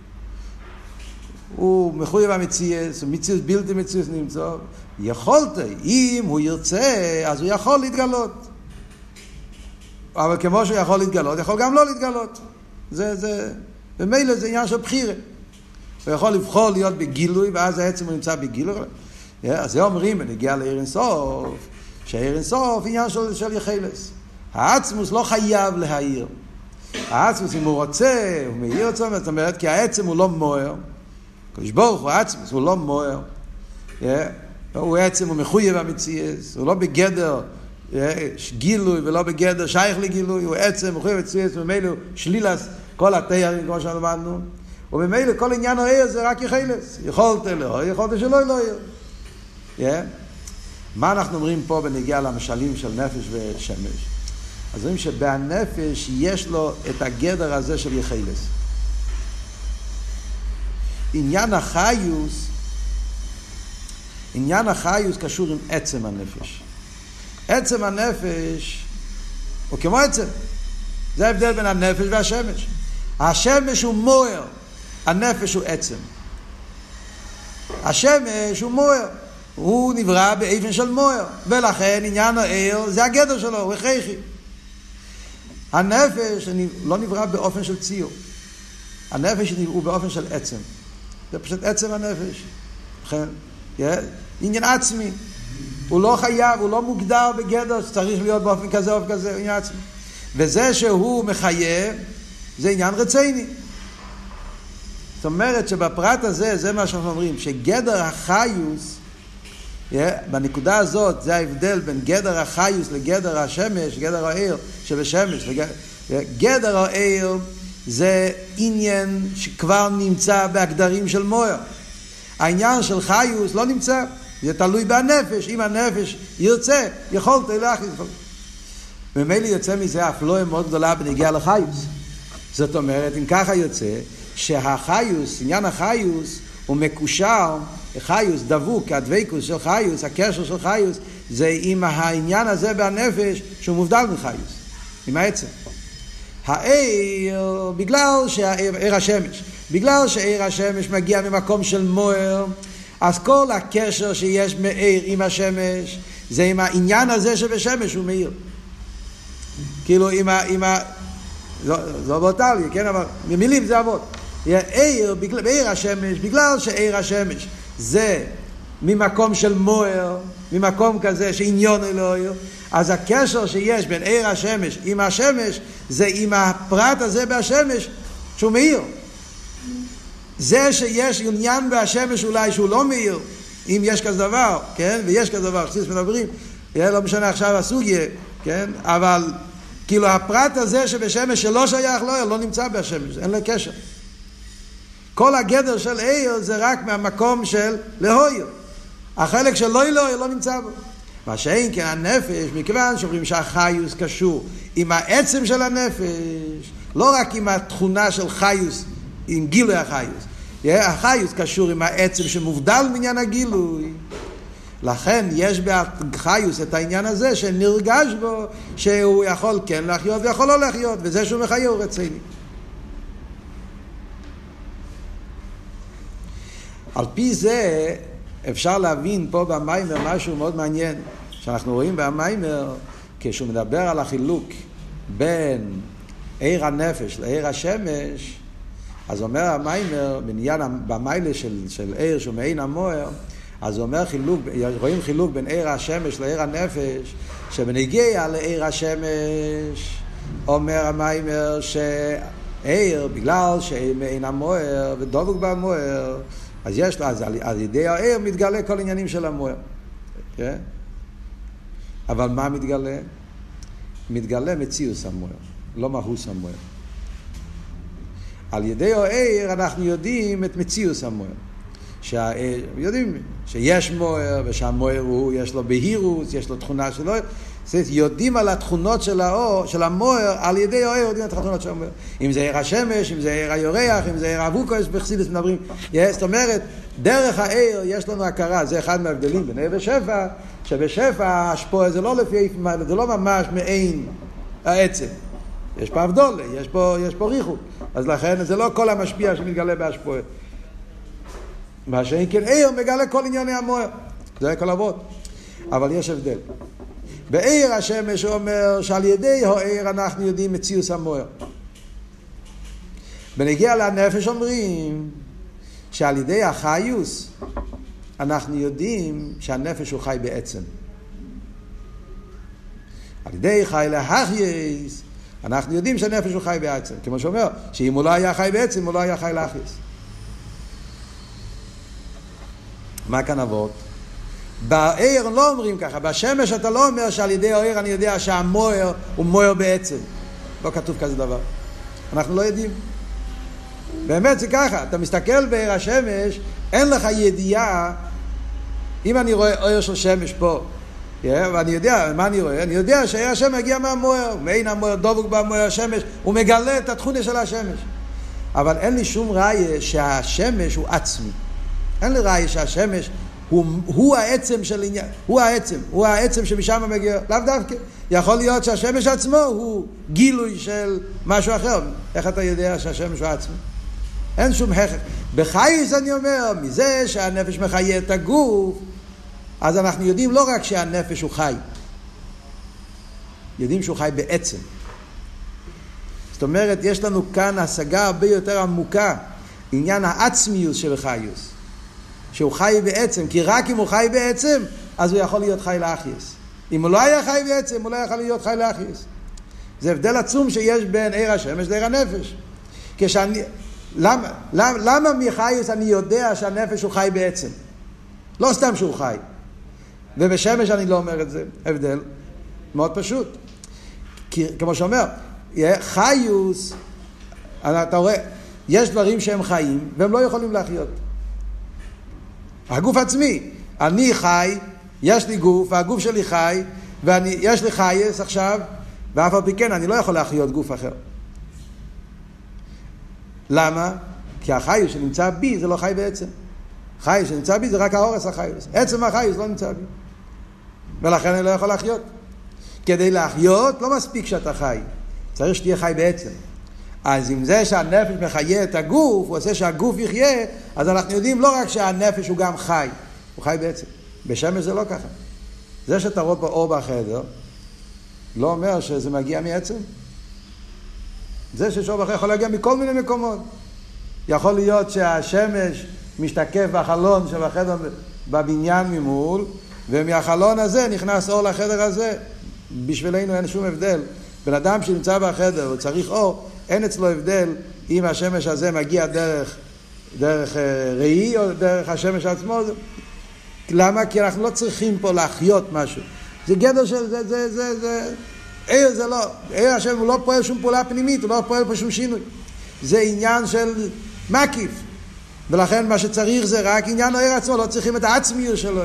הוא מחויב המציאות, הוא מציאות בלתי מציאות נמצא. יכולת, אם הוא ירצה, אז הוא יכול להתגלות. אבל כמו שהוא יכול להתגלות, יכול גם לא להתגלות. במילא זה עניין של בחירה. הוא יכול לבחור להיות בגילוי, ואז העצם הוא נמצא בגילוי. אז זה אומרים, נגיע לעיר אינסוף, שהעיר אינסוף עניין של יחילס. העצמוס לא חייב להעיר. העצמוס, אם הוא רוצה, הוא מאיר אותו, זאת אומרת, כי העצם הוא לא מוער. קדוש ברוך הוא עצמוס, הוא לא מוער. הוא עצם, הוא מחויב המציאות, הוא לא בגדר גילוי ולא בגדר שייך לגילוי, הוא עצם, מחויב המציאות, וממילא הוא שלילס, כל התארים כמו שאמרנו, וממילא כל עניין העיר זה רק יחילס, יכולת אלוהי, יכולת שלא אלוהי. מה אנחנו אומרים פה בנגיעה למשלים של נפש ושמש? אז אומרים שבנפש יש לו את הגדר הזה של יחילס. עניין החיוס קשור עם עצם הנפש. עצם הנפש הוא כמו עצם. זה ההבדל בין הנפש והשמש. השמש הוא מוער, הנפש הוא עצם. השמש הוא מוער, הוא נברא באופן של מוער, ולכן עניין העיר זה הגדר שלו, הוא הכרחי. הנפש לא נברא באופן של ציור. הנפש הוא באופן של עצם. זה פשוט עצם הנפש. לכן, עניין עצמי. הוא לא חייב, הוא לא מוגדר בגדר שצריך להיות באופן כזה או כזה, עניין עצמי. וזה שהוא מחייב, זה עניין רציני. זאת אומרת שבפרט הזה, זה מה שאנחנו אומרים, שגדר החיוס, בנקודה הזאת, זה ההבדל בין גדר החיוס לגדר השמש, גדר העיר שבשמש. גדר העיר זה עניין שכבר נמצא בהגדרים של מוער. העניין של חיוס לא נמצא, זה תלוי בנפש. אם הנפש ירצה, יכולת להכניס. ממילא יוצא מזה אפלואה מאוד גדולה בנגיעה לחיוס. זאת אומרת, אם ככה יוצא, שהחיוס, עניין החיוס, הוא מקושר, חיוס, דבוק, הדבקוס של חיוס, הקשר של חיוס, זה עם העניין הזה בנפש שהוא מובדל מחיוס, עם העצם. העיר, בגלל שהעיר השמש, בגלל שעיר השמש מגיע ממקום של מואר, אז כל הקשר שיש מעיר עם השמש, זה עם העניין הזה שבשמש הוא מאיר. כאילו זה עבוד לי, כן? אבל במילים זה עבוד. בעיר השמש, בגלל שעיר השמש זה ממקום של מואר, ממקום כזה שעניון אלוהי, אז הקשר שיש בין עיר השמש עם השמש, זה עם הפרט הזה בהשמש שהוא מאיר. זה שיש עניין בהשמש אולי שהוא לא מאיר, אם יש כזה דבר, כן? ויש כזה דבר, חסידות מדברים, לא משנה עכשיו הסוגיה, כן? אבל כאילו הפרט הזה שבשמש שלא שייך לא נמצא בהשמש, אין לו קשר. כל הגדר של עיר זה רק מהמקום של להויר. החלק של לא נמצא בו. מה שאין כן הנפש, מכיוון שאומרים שהחיוס קשור עם העצם של הנפש, לא רק עם התכונה של חיוס, עם גילוי החיוס. החיוס קשור עם העצם שמובדל מעניין הגילוי. לכן יש בחיוס את העניין הזה שנרגש בו שהוא יכול כן לחיות ויכול לא לחיות, וזה שהוא מחיה הוא רציני. על פי זה אפשר להבין פה במיימר משהו מאוד מעניין, שאנחנו רואים במיימר כשהוא מדבר על החילוק בין עיר הנפש לעיר השמש, אז אומר המיימר בעניין במיילה של עיר שהוא מעין המואר, אז הוא אומר רואים חילוק בין עיר השמש לעיר הנפש, שבנגיע לעיר השמש אומר המיימר שעיר בגלל שעיר מעין המואר ודבוק במואר, אז יש לו, אז על ידי העיר מתגלה כל עניינים של המואר. כן? אבל מה מתגלה? מתגלה מציאוס המואר, לא מהוס המואר. על ידי העיר אנחנו יודעים את מציאוס המואר. יודעים שיש מואר, ושהמואר הוא, יש לו בהירוס, יש לו תכונה שלו. יודעים על התכונות של המואר, על ידי העיר יודעים את התכונות של המואר. אם זה עיר השמש, אם זה עיר היורח, אם זה עיר אבוקוס, בחסידות מדברים. זאת אומרת, דרך העיר יש לנו הכרה, זה אחד מההבדלים בין עיר ושפע, שבשפע השפוע זה לא לפי, זה לא ממש מעין העצם. יש פה הבדולה, יש פה ריחוק. אז לכן זה לא כל המשפיע שמתגלה בהשפוע. מה שאין כן עיר מגלה כל ענייני המואר. זה כל אבות. אבל יש הבדל. בעיר השמש אומר שעל ידי העיר אנחנו יודעים מציאוס המואר. בנגיע לנפש אומרים שעל ידי החיוס אנחנו יודעים שהנפש הוא חי בעצם. על ידי חי להחייס אנחנו יודעים שהנפש הוא חי בעצם. כמו שאומר שאם הוא לא היה חי בעצם הוא לא היה חי להחייס. מה כאן אבות? בעיר לא אומרים ככה, בשמש אתה לא אומר שעל ידי העיר אני יודע שהמואר הוא מואר בעצם. לא כתוב כזה דבר. אנחנו לא יודעים. באמת זה ככה, אתה מסתכל בעיר השמש, אין לך ידיעה, אם אני רואה עיר של שמש פה, ואני יודע, מה אני רואה? אני יודע שעיר השמש מגיע מהמואר, מעין המואר, דבוק במואר השמש, הוא מגלה את התכונה של השמש. אבל אין לי שום ראיה שהשמש הוא עצמי. אין לי ראיה שהשמש הוא העצם של עניין, הוא העצם שמשם מגיע, לאו דווקא. יכול להיות שהשמש עצמו הוא גילוי של משהו אחר. איך אתה יודע שהשמש הוא עצמי? אין שום הכרח. בחייס אני אומר, מזה שהנפש מחיה את הגוף, אז אנחנו יודעים לא רק שהנפש הוא חי, יודעים שהוא חי בעצם. זאת אומרת, יש לנו כאן השגה הרבה יותר עמוקה, עניין העצמיוס של חייס. שהוא חי בעצם, כי רק אם הוא חי בעצם, אז הוא יכול להיות חי לאחייס. אם הוא לא היה חי בעצם, הוא לא יכול להיות חי לאחייס. זה הבדל עצום שיש בין עיר השמש לעיר הנפש. למה מחייס אני יודע שהנפש הוא חי בעצם? לא סתם שהוא חי. ובשמש אני לא אומר את זה. הבדל מאוד פשוט. כי כמו שאומר, חיוס, אתה רואה, יש דברים שהם חיים, והם לא יכולים להחיות. הגוף עצמי, אני חי, יש לי גוף, והגוף שלי חי, ויש לי חייס עכשיו, ואף על פי כן אני לא יכול להחיות גוף אחר. למה? כי החייס שנמצא בי זה לא חי בעצם. חי שנמצא בי זה רק האורס החיוס. עצם החיוס לא נמצא בי. ולכן אני לא יכול לחיות. כדי לחיות לא מספיק שאתה חי. צריך שתהיה חי בעצם. אז עם זה שהנפש מחיה את הגוף, הוא עושה שהגוף יחיה, אז אנחנו יודעים לא רק שהנפש הוא גם חי, הוא חי בעצם. בשמש זה לא ככה. זה שאתה רואה פה אור בחדר, לא אומר שזה מגיע מעצם. זה שיש אור בחדר יכול להגיע מכל מיני מקומות. יכול להיות שהשמש משתקף בחלון של החדר בבניין ממול, ומהחלון הזה נכנס אור לחדר הזה. בשבילנו אין שום הבדל. בן אדם שנמצא בחדר וצריך אור, אין אצלו הבדל אם השמש הזה מגיע דרך ראי או דרך השמש עצמו. למה? כי אנחנו לא צריכים פה להחיות משהו. זה גדר של זה לא, השם הוא לא פועל שום פעולה פנימית, הוא לא פועל פה שום שינוי. זה עניין של מקיף. ולכן מה שצריך זה רק עניין העיר עצמו, לא צריכים את העצמיות שלו.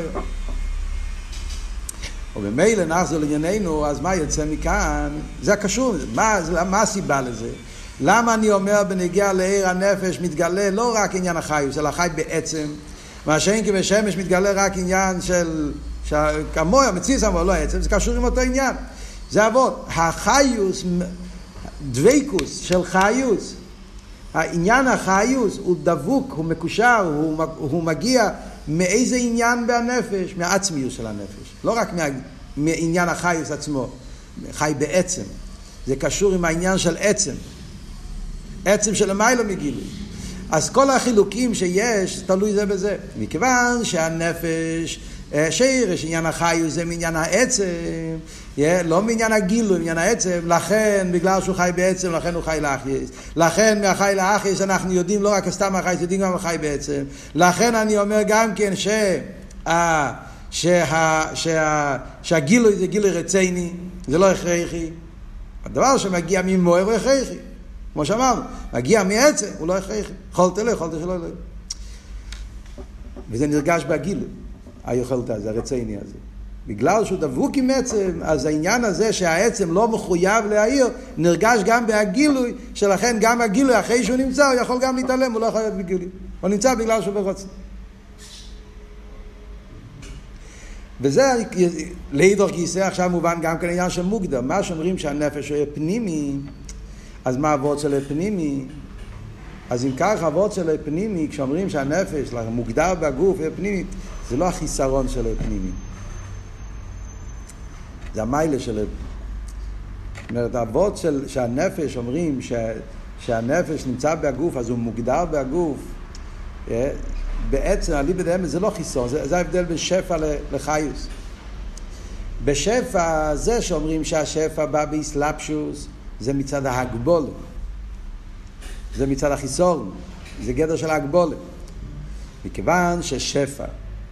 ובמילא נחזור לענייננו, אז מה יוצא מכאן? זה קשור, מה הסיבה לזה? למה אני אומר בנגיע לעיר הנפש מתגלה לא רק עניין החיוס, אלא חי בעצם, מה שאין כי בשמש מתגלה רק עניין של כמוה, מציס אמרו, לא עצם, זה קשור עם אותו עניין. זה עבוד, החיוס, דוויקוס של חיוס, העניין החיוס הוא דבוק, הוא מקושר, הוא מגיע מאיזה עניין בנפש? מהעצמיות של הנפש. לא רק מעניין החיוס עצמו, חי בעצם. זה קשור עם העניין של עצם. עצם שלמיילו מגילוי. אז כל החילוקים שיש, תלוי זה בזה. מכיוון שהנפש, שירש עניין החיוס זה מעניין העצם, לא מעניין הגילוי, מעניין העצם, לכן בגלל שהוא חי בעצם, לכן הוא חי לאחייס. לכן מהחי לאחייס אנחנו יודעים לא רק סתם החייס, יודעים גם החי בעצם. לכן אני אומר גם כן שהגילוי זה גילוי רציני, זה לא הכרחי. הדבר שמגיע ממוער הוא הכרחי. כמו שאמרנו, מגיע מעצם, הוא לא הכרחי. יכולת לא, יכולת שלא לא. וזה נרגש בגילוי, היכולת הזה, הרציני הזה. בגלל שהוא דבוק עם עצם, אז העניין הזה שהעצם לא מחויב להעיר, נרגש גם בהגילוי, שלכן גם הגילוי, אחרי שהוא נמצא, הוא יכול גם להתעלם, הוא לא יכול להיות בגילוי. הוא נמצא בגלל שהוא ברוצה. וזה להידור גיסא עכשיו מובן גם כן עניין של מוגדר. מה שאומרים שהנפש הוא פנימי, אז מה עבוד של פנימי? אז אם כך עבוד של פנימי, כשאומרים שהנפש מוגדר בגוף הוא פנימי, זה לא החיסרון של פנימי. זה המיילה של... זאת אומרת, העבוד שהנפש אומרים שהנפש נמצא בגוף, אז הוא מוגדר בגוף, בעצם, הליבד האמת זה לא חיסון, זה ההבדל בין שפע לחיוס. בשפע זה שאומרים שהשפע בא באסלאפשוס, זה מצד ההגבול, זה מצד החיסון, זה גדר של ההגבול. מכיוון ששפע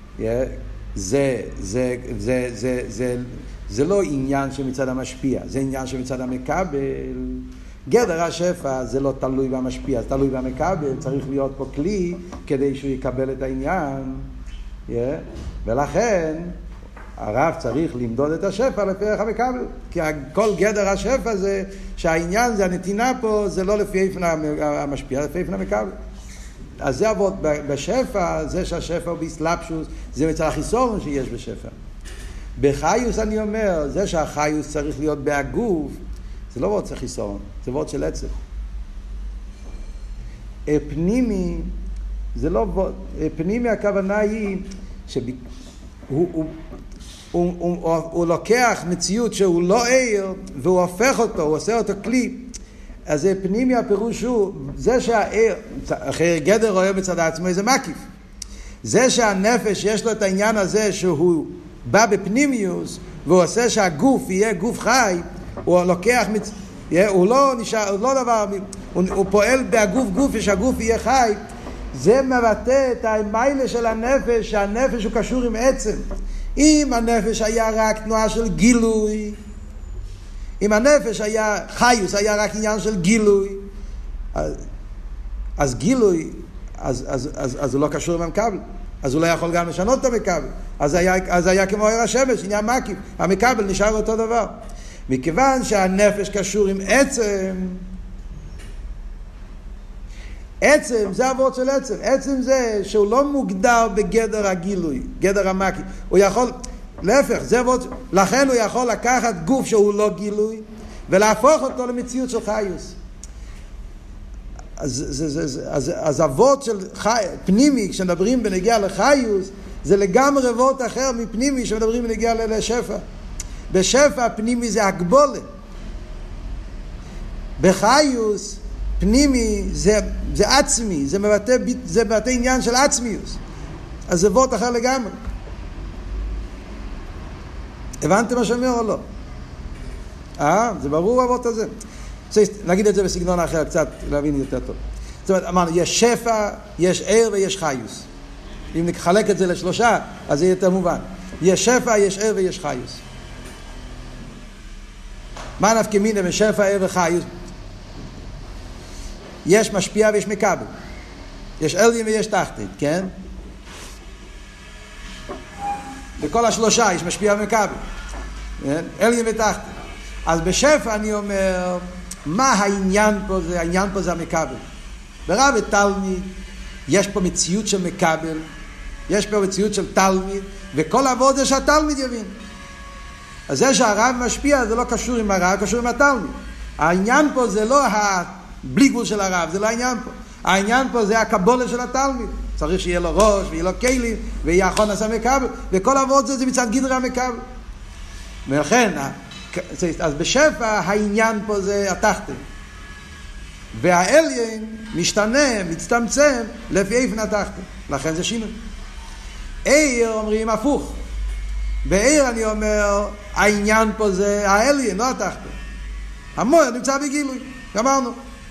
זה לא עניין שמצד המשפיע, זה עניין שמצד המקבל. גדר השפע זה לא תלוי במשפיע, זה תלוי במקבל, צריך להיות פה כלי כדי שהוא יקבל את העניין. ולכן הרב צריך למדוד את השפע לפי איך המקבל, כי כל גדר השפע זה שהעניין זה הנתינה פה, זה לא לפי איפן המשפיע, לפי איפן המקבל. אז זה עבוד בשפע, זה שהשפע הוא באסלאפשוס, זה מצד החיסון שיש בשפע. בחיוס אני אומר, זה שהחיוס צריך להיות בהגוף, זה לא וורט של חיסון, זה וורט של עצם. פנימי, זה לא וורט, פנימי הכוונה היא הוא לוקח מציאות שהוא לא עיר, והוא הופך אותו, הוא עושה אותו כלי. אז פנימי הפירוש הוא, זה שהעיר, אחרי גדר רואה בצד עצמו, זה מקיף. זה שהנפש יש לו את העניין הזה שהוא בא בפנימיוס, והוא עושה שהגוף יהיה גוף חי, הוא לוקח, הוא לא נשאר, הוא לא דבר, הוא פועל בהגוף גוף, ושהגוף יהיה חי. זה מבטא את המיילה של הנפש, שהנפש הוא קשור עם עצם. אם הנפש היה רק תנועה של גילוי, אם הנפש היה חיוס, היה רק עניין של גילוי, אז גילוי, אז הוא לא קשור עם המקבל. אז הוא לא יכול גם לשנות את המקבל. אז היה כמו עיר השמש, עניין מקיף. המקבל נשאר אותו דבר. מכיוון שהנפש קשור עם עצם, עצם, זה עבוד של עצם. עצם זה שהוא לא מוגדר בגדר הגילוי, גדר המקי. הוא יכול, להפך, זה עבוד, לכן הוא יכול לקחת גוף שהוא לא גילוי, ולהפוך אותו למציאות של חיוס. אז עבוד של פנימי, כשמדברים בנגיע לחיוס, זה לגמרי עבוד אחר מפנימי, כשמדברים בנגיע לשפע. בשפע פנימי זה הגבולה. בחיוס, פנימי זה עצמי, זה מבטא עניין של עצמיוס. אז זה עבוד אחר לגמרי. הבנתם מה שאומר או לא? זה ברור העבוד הזה. נגיד את זה בסגנון אחר, קצת להבין יותר טוב. זאת אומרת, אמרנו, יש שפע, יש ער ויש חיוס. אם נחלק את זה לשלושה, אז זה יהיה יותר מובן. יש שפע, יש ער ויש חיוס. מה נפקא מינה בשפע, ער וחיוס? יש משפיע ויש מקבל. יש עליון ויש תחתית, כן? בכל השלושה יש משפיע ומקבל. עליון ותחתית. אז בשפע אני אומר, מה העניין פה? העניין פה זה המקבל. ברב ותלמיד, יש פה מציאות של מקבל, יש פה מציאות של תלמיד, וכל עבוד זה שהתלמיד יבין. אז זה שהרב משפיע, זה לא קשור עם הרב, קשור עם התלמיד. העניין פה זה לא בלי גבול של הרב, זה לא העניין פה. העניין פה זה הקבולה של התלמיד. צריך שיהיה לו ראש, ויהיה לו כלים, ויהיה אחונס המקבל, וכל עבוד זה מצד גדרי המקבל. ולכן, אז בשפע העניין פה זה התחתן. והעליין משתנה, מצטמצם, לפי איפן התחתן. לכן זה שינוי. עיר אומרים הפוך. בעיר אני אומר, העניין פה זה העליין, לא התחתן. המוער נמצא בגילוי. גמרנו.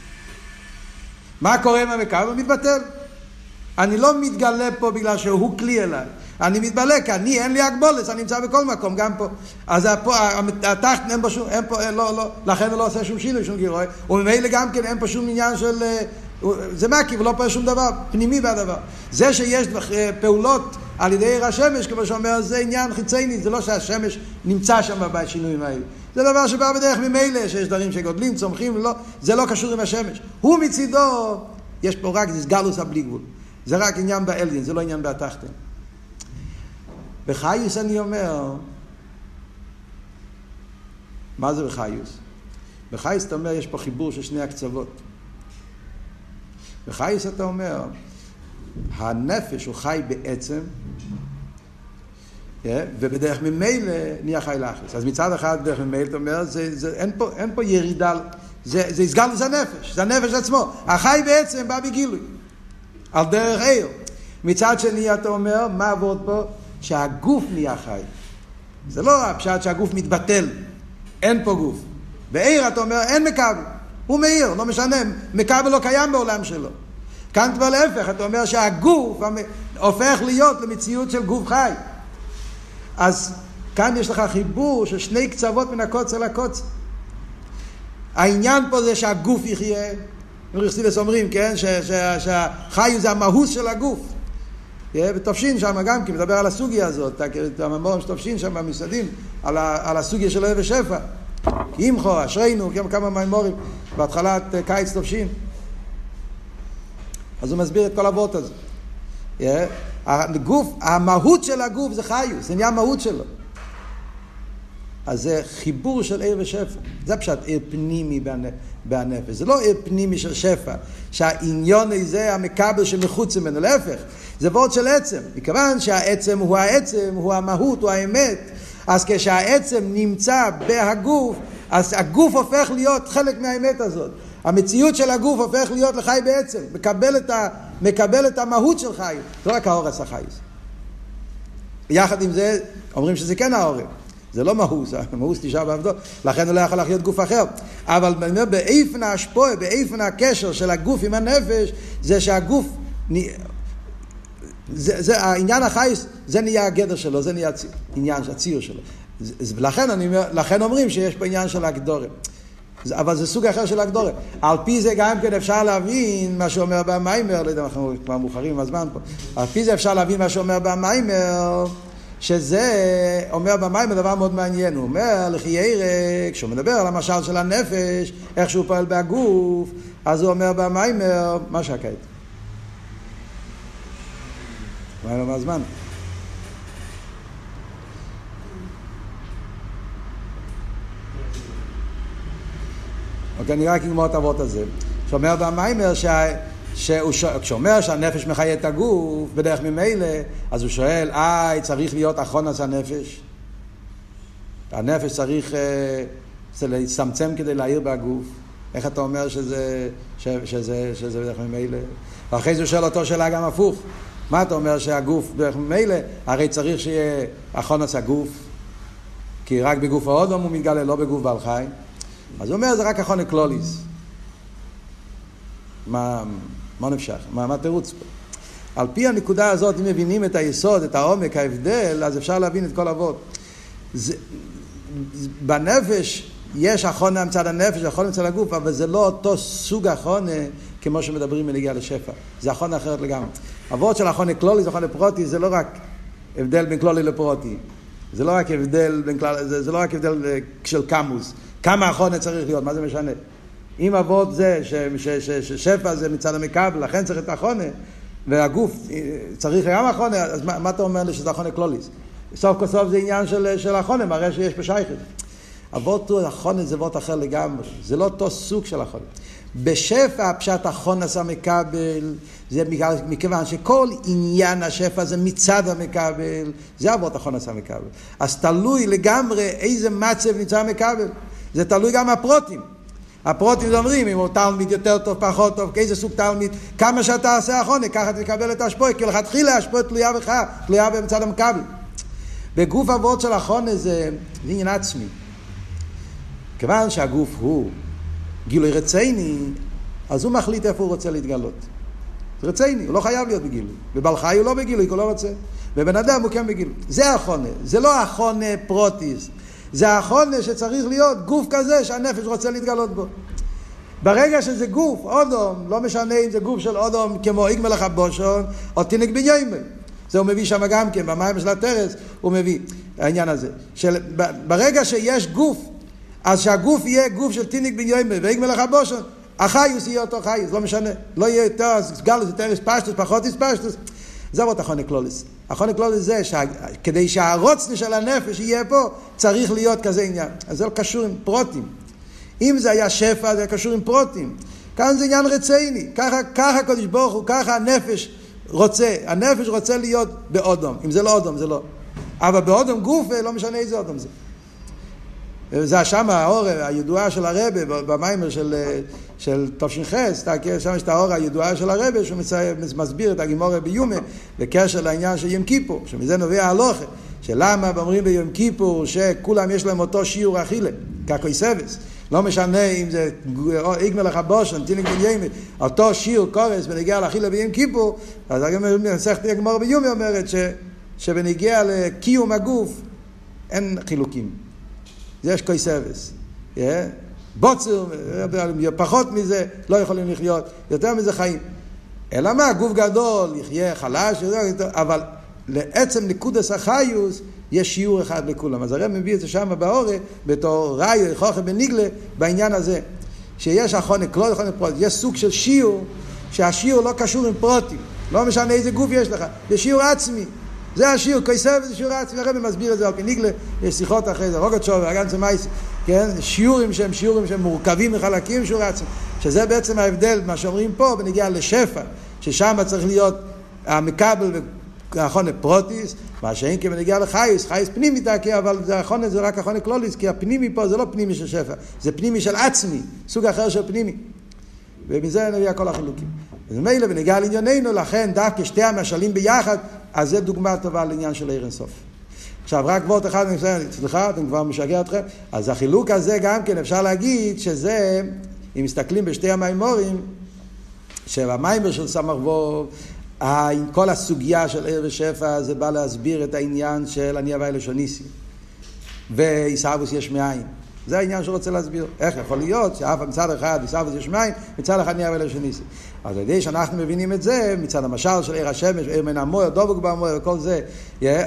מה קורה עם המקבל? הוא מתבטל. אני לא מתגלה פה בגלל שהוא כלי אליי. אני מתבלה, כי אני, אין לי הגבולת, אני נמצא בכל מקום, גם פה. אז התחת, אין פה שום, אין פה, לא, לכן הוא לא עושה שום שינוי, שום גירוי. וממילא גם כן, אין פה שום עניין של, זה מקי, ולא פה שום דבר, פנימי בדבר. זה שיש פעולות על ידי עיר השמש, כמו שאומר, זה עניין חיצייני, זה לא שהשמש נמצא שם בשינויים האלה. זה דבר שבא בדרך ממילא, שיש דברים שגודלים, צומחים, לא, זה לא קשור עם השמש. הוא מצידו, יש פה רק גלוס הבלי גבול. זה רק עניין בעליין, זה לא עניין בתחתן. בחיוס אני אומר, מה זה בחיוס? בחיוס אתה אומר, יש פה חיבור של שני הקצוות. בחיוס אתה אומר, הנפש הוא חי בעצם, ובדרך ממילא נהיה חי לאחס. אז מצד אחד, דרך ממילא אתה אומר, אין פה ירידה, זה יסגל לזה הנפש, זה הנפש עצמו. החי בעצם בא בגילוי, על דרך עיר. מצד שני אתה אומר, מה עבוד פה? שהגוף נהיה חי. זה לא הפשט שהגוף מתבטל, אין פה גוף. בעיר אתה אומר, אין מקבל, הוא מאיר, לא משנה, מקבל לא קיים בעולם שלו. כאן כבר להפך, אתה אומר שהגוף הופך להיות למציאות של גוף חי. אז כאן יש לך חיבור של שני קצוות מן הקוצר לקוצר. העניין פה זה שהגוף יחיה, חסידות אומרים, כן, שהחי זה המהות של הגוף. ותופשין שם גם, כי מדבר על הסוגיה הזאת, הממורים שתופשין שם במסעדים, על הסוגיה של אוהב ושפע. ימחו, אשרינו, כמה ממורים, בהתחלת קיץ תופשין. אז הוא מסביר את כל העבוד הזה. הגוף, המהות של הגוף זה חיוס, זה נהיה המהות שלו. אז זה חיבור של עיר ושפע. זה פשוט עיר פנימי בנפש. זה לא עיר פנימי של שפע, שהעניון הזה המקבל שמחוץ ממנו, להפך. זה וורט של עצם. מכיוון שהעצם הוא העצם, הוא המהות, הוא האמת. אז כשהעצם נמצא בהגוף, אז הגוף הופך להיות חלק מהאמת הזאת. המציאות של הגוף הופך להיות לחי בעצם. מקבל את המהות של חי. זה רק האורס החייס. יחד עם זה, אומרים שזה כן האורס. זה לא מהוס, המהוס תשאר בעבדו, לכן הוא לא יכול להיות גוף אחר. אבל באיפן ההשפועה, באיפן הקשר של הגוף עם הנפש, זה שהגוף, זה העניין החייס, זה נהיה הגדר שלו, זה נהיה עניין הציור שלו. לכן אומרים שיש פה עניין של הגדורים. אבל זה סוג אחר של הגדורים. על פי זה גם כן אפשר להבין מה שאומר במיימר, לא יודע, אנחנו כבר מאוחרים עם הזמן פה. על פי זה אפשר להבין מה שאומר במיימר, שזה אומר במים דבר מאוד מעניין. הוא אומר לחיירה, כשהוא מדבר על המשל של הנפש, איך שהוא פועל בהגוף, אז הוא אומר במים, מה שקט? מה היה לו מהזמן? אוקיי, אני רק אגמור את העבוד הזה. שאומר במיימר כשאומר שהנפש מחיה את הגוף בדרך ממילא, אז הוא שואל, צריך להיות אחרונס הנפש? הנפש צריך להצטמצם כדי להעיר בהגוף. איך אתה אומר שזה בדרך ממילא? ואחרי זה הוא שואל אותו שאלה גם הפוך. מה אתה אומר שהגוף בדרך ממילא? הרי צריך שיהיה אחרונס הגוף, כי רק בגוף האודום הוא מתגלה, לא בגוף בעל חי. אז הוא אומר, זה רק אחרון קלוליס. מה נמשך? מה תירוץ פה? על פי הנקודה הזאת, אם מבינים את היסוד, את העומק, ההבדל, אז אפשר להבין את כל אבות. בנפש יש אחרונה מצד הנפש, אחרונה מצד הגוף, אבל זה לא אותו סוג אחרונה כמו שמדברים מנגיע לשפע. זה אחרונה אחרת לגמרי. אבות של אחרונה קלוליס, אחרונה פרוטי, זה לא רק הבדל בין קלולי לפרוטי. זה לא רק הבדל של קמוס. כמה אחרונה צריך להיות, מה זה משנה? אם אבות זה, ששפע זה מצד המקבל, לכן צריך את האחרונה, והגוף צריך גם אחרונה, אז מה אתה אומר לי שזה אחרונה קלוליס? סוף כל סוף זה עניין של האחרונה, מראה שיש בשייכת. אבות האחרונה זה אבות אחר לגמרי, זה לא אותו סוג של האחרונה. בשפע פשט אחרונס המקבל, זה מכיוון שכל עניין השפע זה מצד המקבל, זה אבות אחרונס המקבל. אז תלוי לגמרי איזה מצב נמצא המקבל. זה תלוי גם הפרוטים. הפרוטים זה אומרים, אם הוא תלמיד יותר טוב, פחות טוב, איזה סוג תלמיד, כמה שאתה עושה אחרונה, ככה תקבל את השפוי, כי לכתחילה השפוי תלויה בך, תלויה במצד המקבל. בגוף אבות של אחרונה זה עניין עצמי. כיוון שהגוף הוא גילוי רציני, אז הוא מחליט איפה הוא רוצה להתגלות. זה רציני, הוא לא חייב להיות בגילוי. בבעל חי הוא לא בגילוי, הוא לא רוצה. בבן אדם הוא כן בגילוי. זה האחרונה, זה לא האחרונה פרוטיס. זה האחרונה שצריך להיות גוף כזה שהנפש רוצה להתגלות בו. ברגע שזה גוף, אודום, לא משנה אם זה גוף של אודום כמו איג מלך הבושון, או תינק בניימה. זה הוא מביא שם גם כן, במים של הטרס, הוא מביא העניין הזה. ברגע שיש גוף, אז שהגוף יהיה גוף של תינק בניימה, ואיג מלך הבושון, החיוס יהיה אותו חיוס, לא משנה. לא יהיה יותר גלוס, יותר ספשטוס, פחות ספשטוס. זה עוד אחרונה קלוליס. אחרונה קלוליס זה כדי שהרוצנה של הנפש יהיה פה, צריך להיות כזה עניין. אז זה לא קשור עם פרוטים. אם זה היה שפע, זה היה קשור עם פרוטים. כאן זה עניין רציני. ככה קודש ברוך הוא, ככה הנפש רוצה. הנפש רוצה להיות באודום. אם זה לא אודום, זה לא. אבל באודום גוף, לא משנה איזה אודום זה. זה שם האור הידועה של הרבי, במיימר של תופשינכס, שם יש את האור הידועה של הרבי, שהוא מסביר את הגימורה ביומה, בקשר לעניין של יום כיפור, שמזה נובע ההלוכה, שלמה אומרים ביום כיפור, שכולם יש להם אותו שיעור אכילה, ככוי סבס, לא משנה אם זה איג מלך הבושן, תינק בניימה, אותו שיעור קורס בנגיע לאכילה ביום כיפור, אז הגימורה ביומה אומרת שבנגיע לקיום הגוף, אין חילוקים. יש כוי סבס. בוצר, פחות מזה, לא יכולים לחיות. יותר מזה חיים. אלא מה? גוף גדול, יחיה חלש, אבל לעצם נקודס החיוס, יש שיעור אחד לכולם. אז הרב מביא את זה שם באורה, בתור ראי, חוכם בניגלה, בעניין הזה. שיש אחרונה קלוד, אחרונה פרוטים. יש סוג של שיעור, שהשיעור לא קשור עם פרוטים. לא משנה איזה גוף יש לך. זה שיעור עצמי. זה השיעור, כיסב, זה שיעור עצמי, הרב מסביר את זה על פי ניגלה, יש שיחות אחרי זה, רוגת שוב, הגן צמייס, כן? שיעורים שהם מורכבים מחלקים, שיעור עצמי, שזה בעצם ההבדל, מה שאומרים פה, בנגיע לשפע, ששם צריך להיות המקבל והאחרונה פרוטיס, מה שאין כבנגיע לחייס, חייס פנימי תקי, אבל זה האחרונה, זה רק האחרונה קלוליס, כי הפנימי פה זה לא פנימי של שפע, זה פנימי של עצמי, סוג אחר של פנימי, ומזה נביא כל החילוקים. ומילא בנגיע לענייננו, לכן דווקא שתי המשלים ביחד, אז זה דוגמה טובה לעניין של עיר אינסוף. עכשיו, רק וורט אחד, סליחה, אתם כבר משגע אתכם, אז החילוק הזה גם כן אפשר להגיד שזה, אם מסתכלים בשתי המיימורים, שהמיימר של סמך ווב, כל הסוגיה של עיר ושפע, זה בא להסביר את העניין של אני הווי לשוניסי, ואיסאבוס יש מאין. זה העניין שרוצה להסביר. איך יכול להיות שאף מצד אחד איסאבוס יש מאין, מצד אחד אני הווי לשוניסי. אז על ידי שאנחנו מבינים את זה, מצד המשל של עיר השמש, עיר מן המויר, דבוק במויר וכל זה,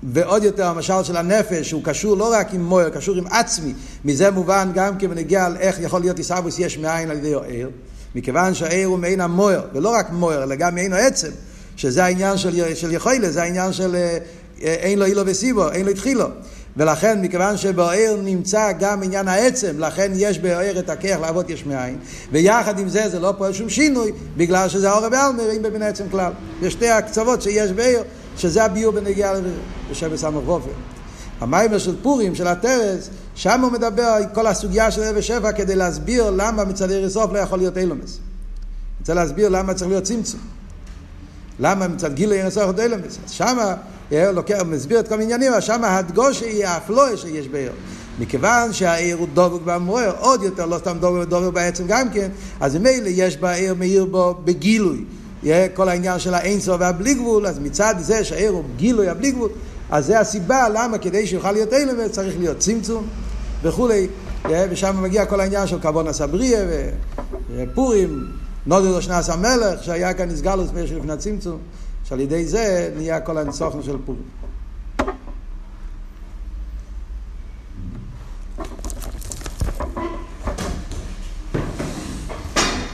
ועוד יותר המשל של הנפש, הוא קשור לא רק עם מויר, קשור עם עצמי. מזה מובן גם כבנגיע על איך יכול להיות איסאבוס יש מאין על ידי העיר. מכיוון שהעיר הוא מעין המויר, ולא רק מויר, אלא גם מעין העצם, שזה העניין של יכולה, זה העניין של אין לו אילו וסיבו, אין לו התחילו. ולכן מכיוון שבעיר נמצא גם עניין העצם, לכן יש בעיר את הכיח לעבוד יש מאין, ויחד עם זה לא פועל שום שינוי, בגלל שזה האור בעלמא אין בבין העצם כלל. יש שתי הקצוות שיש בעיר, שזה הביור בנגיעה בשם סמך רופא. המיימר של פורים, של התרס, שם הוא מדבר על כל הסוגיה של ערב שבע, כדי להסביר למה מצד ערב סוף לא יכול להיות אילומס. רוצה להסביר למה צריך להיות צמצום. למה מצד גילוי ערב סוף להיות אילומס. אז שמה מסביר את כל העניינים, אבל שם הדגוש היא האפלואה שיש בעיר. מכיוון שהעיר הוא דובק במוער, עוד יותר, לא סתם דובק בעצם גם כן, אז ממילא יש בעיר מאיר בו בגילוי. כל העניין של האינסוף והבלי גבול, אז מצד זה שהעיר הוא גילוי הבלי גבול, אז זה הסיבה למה כדי שיוכל להיות אילם צריך להיות צמצום וכולי, ושם מגיע כל העניין של קרבון הסבריה ופורים, נודו לו שנס המלך, שהיה כאן נסגר לו לפני הצמצום, שעל ידי זה נהיה כל הניסוחנו של פורים.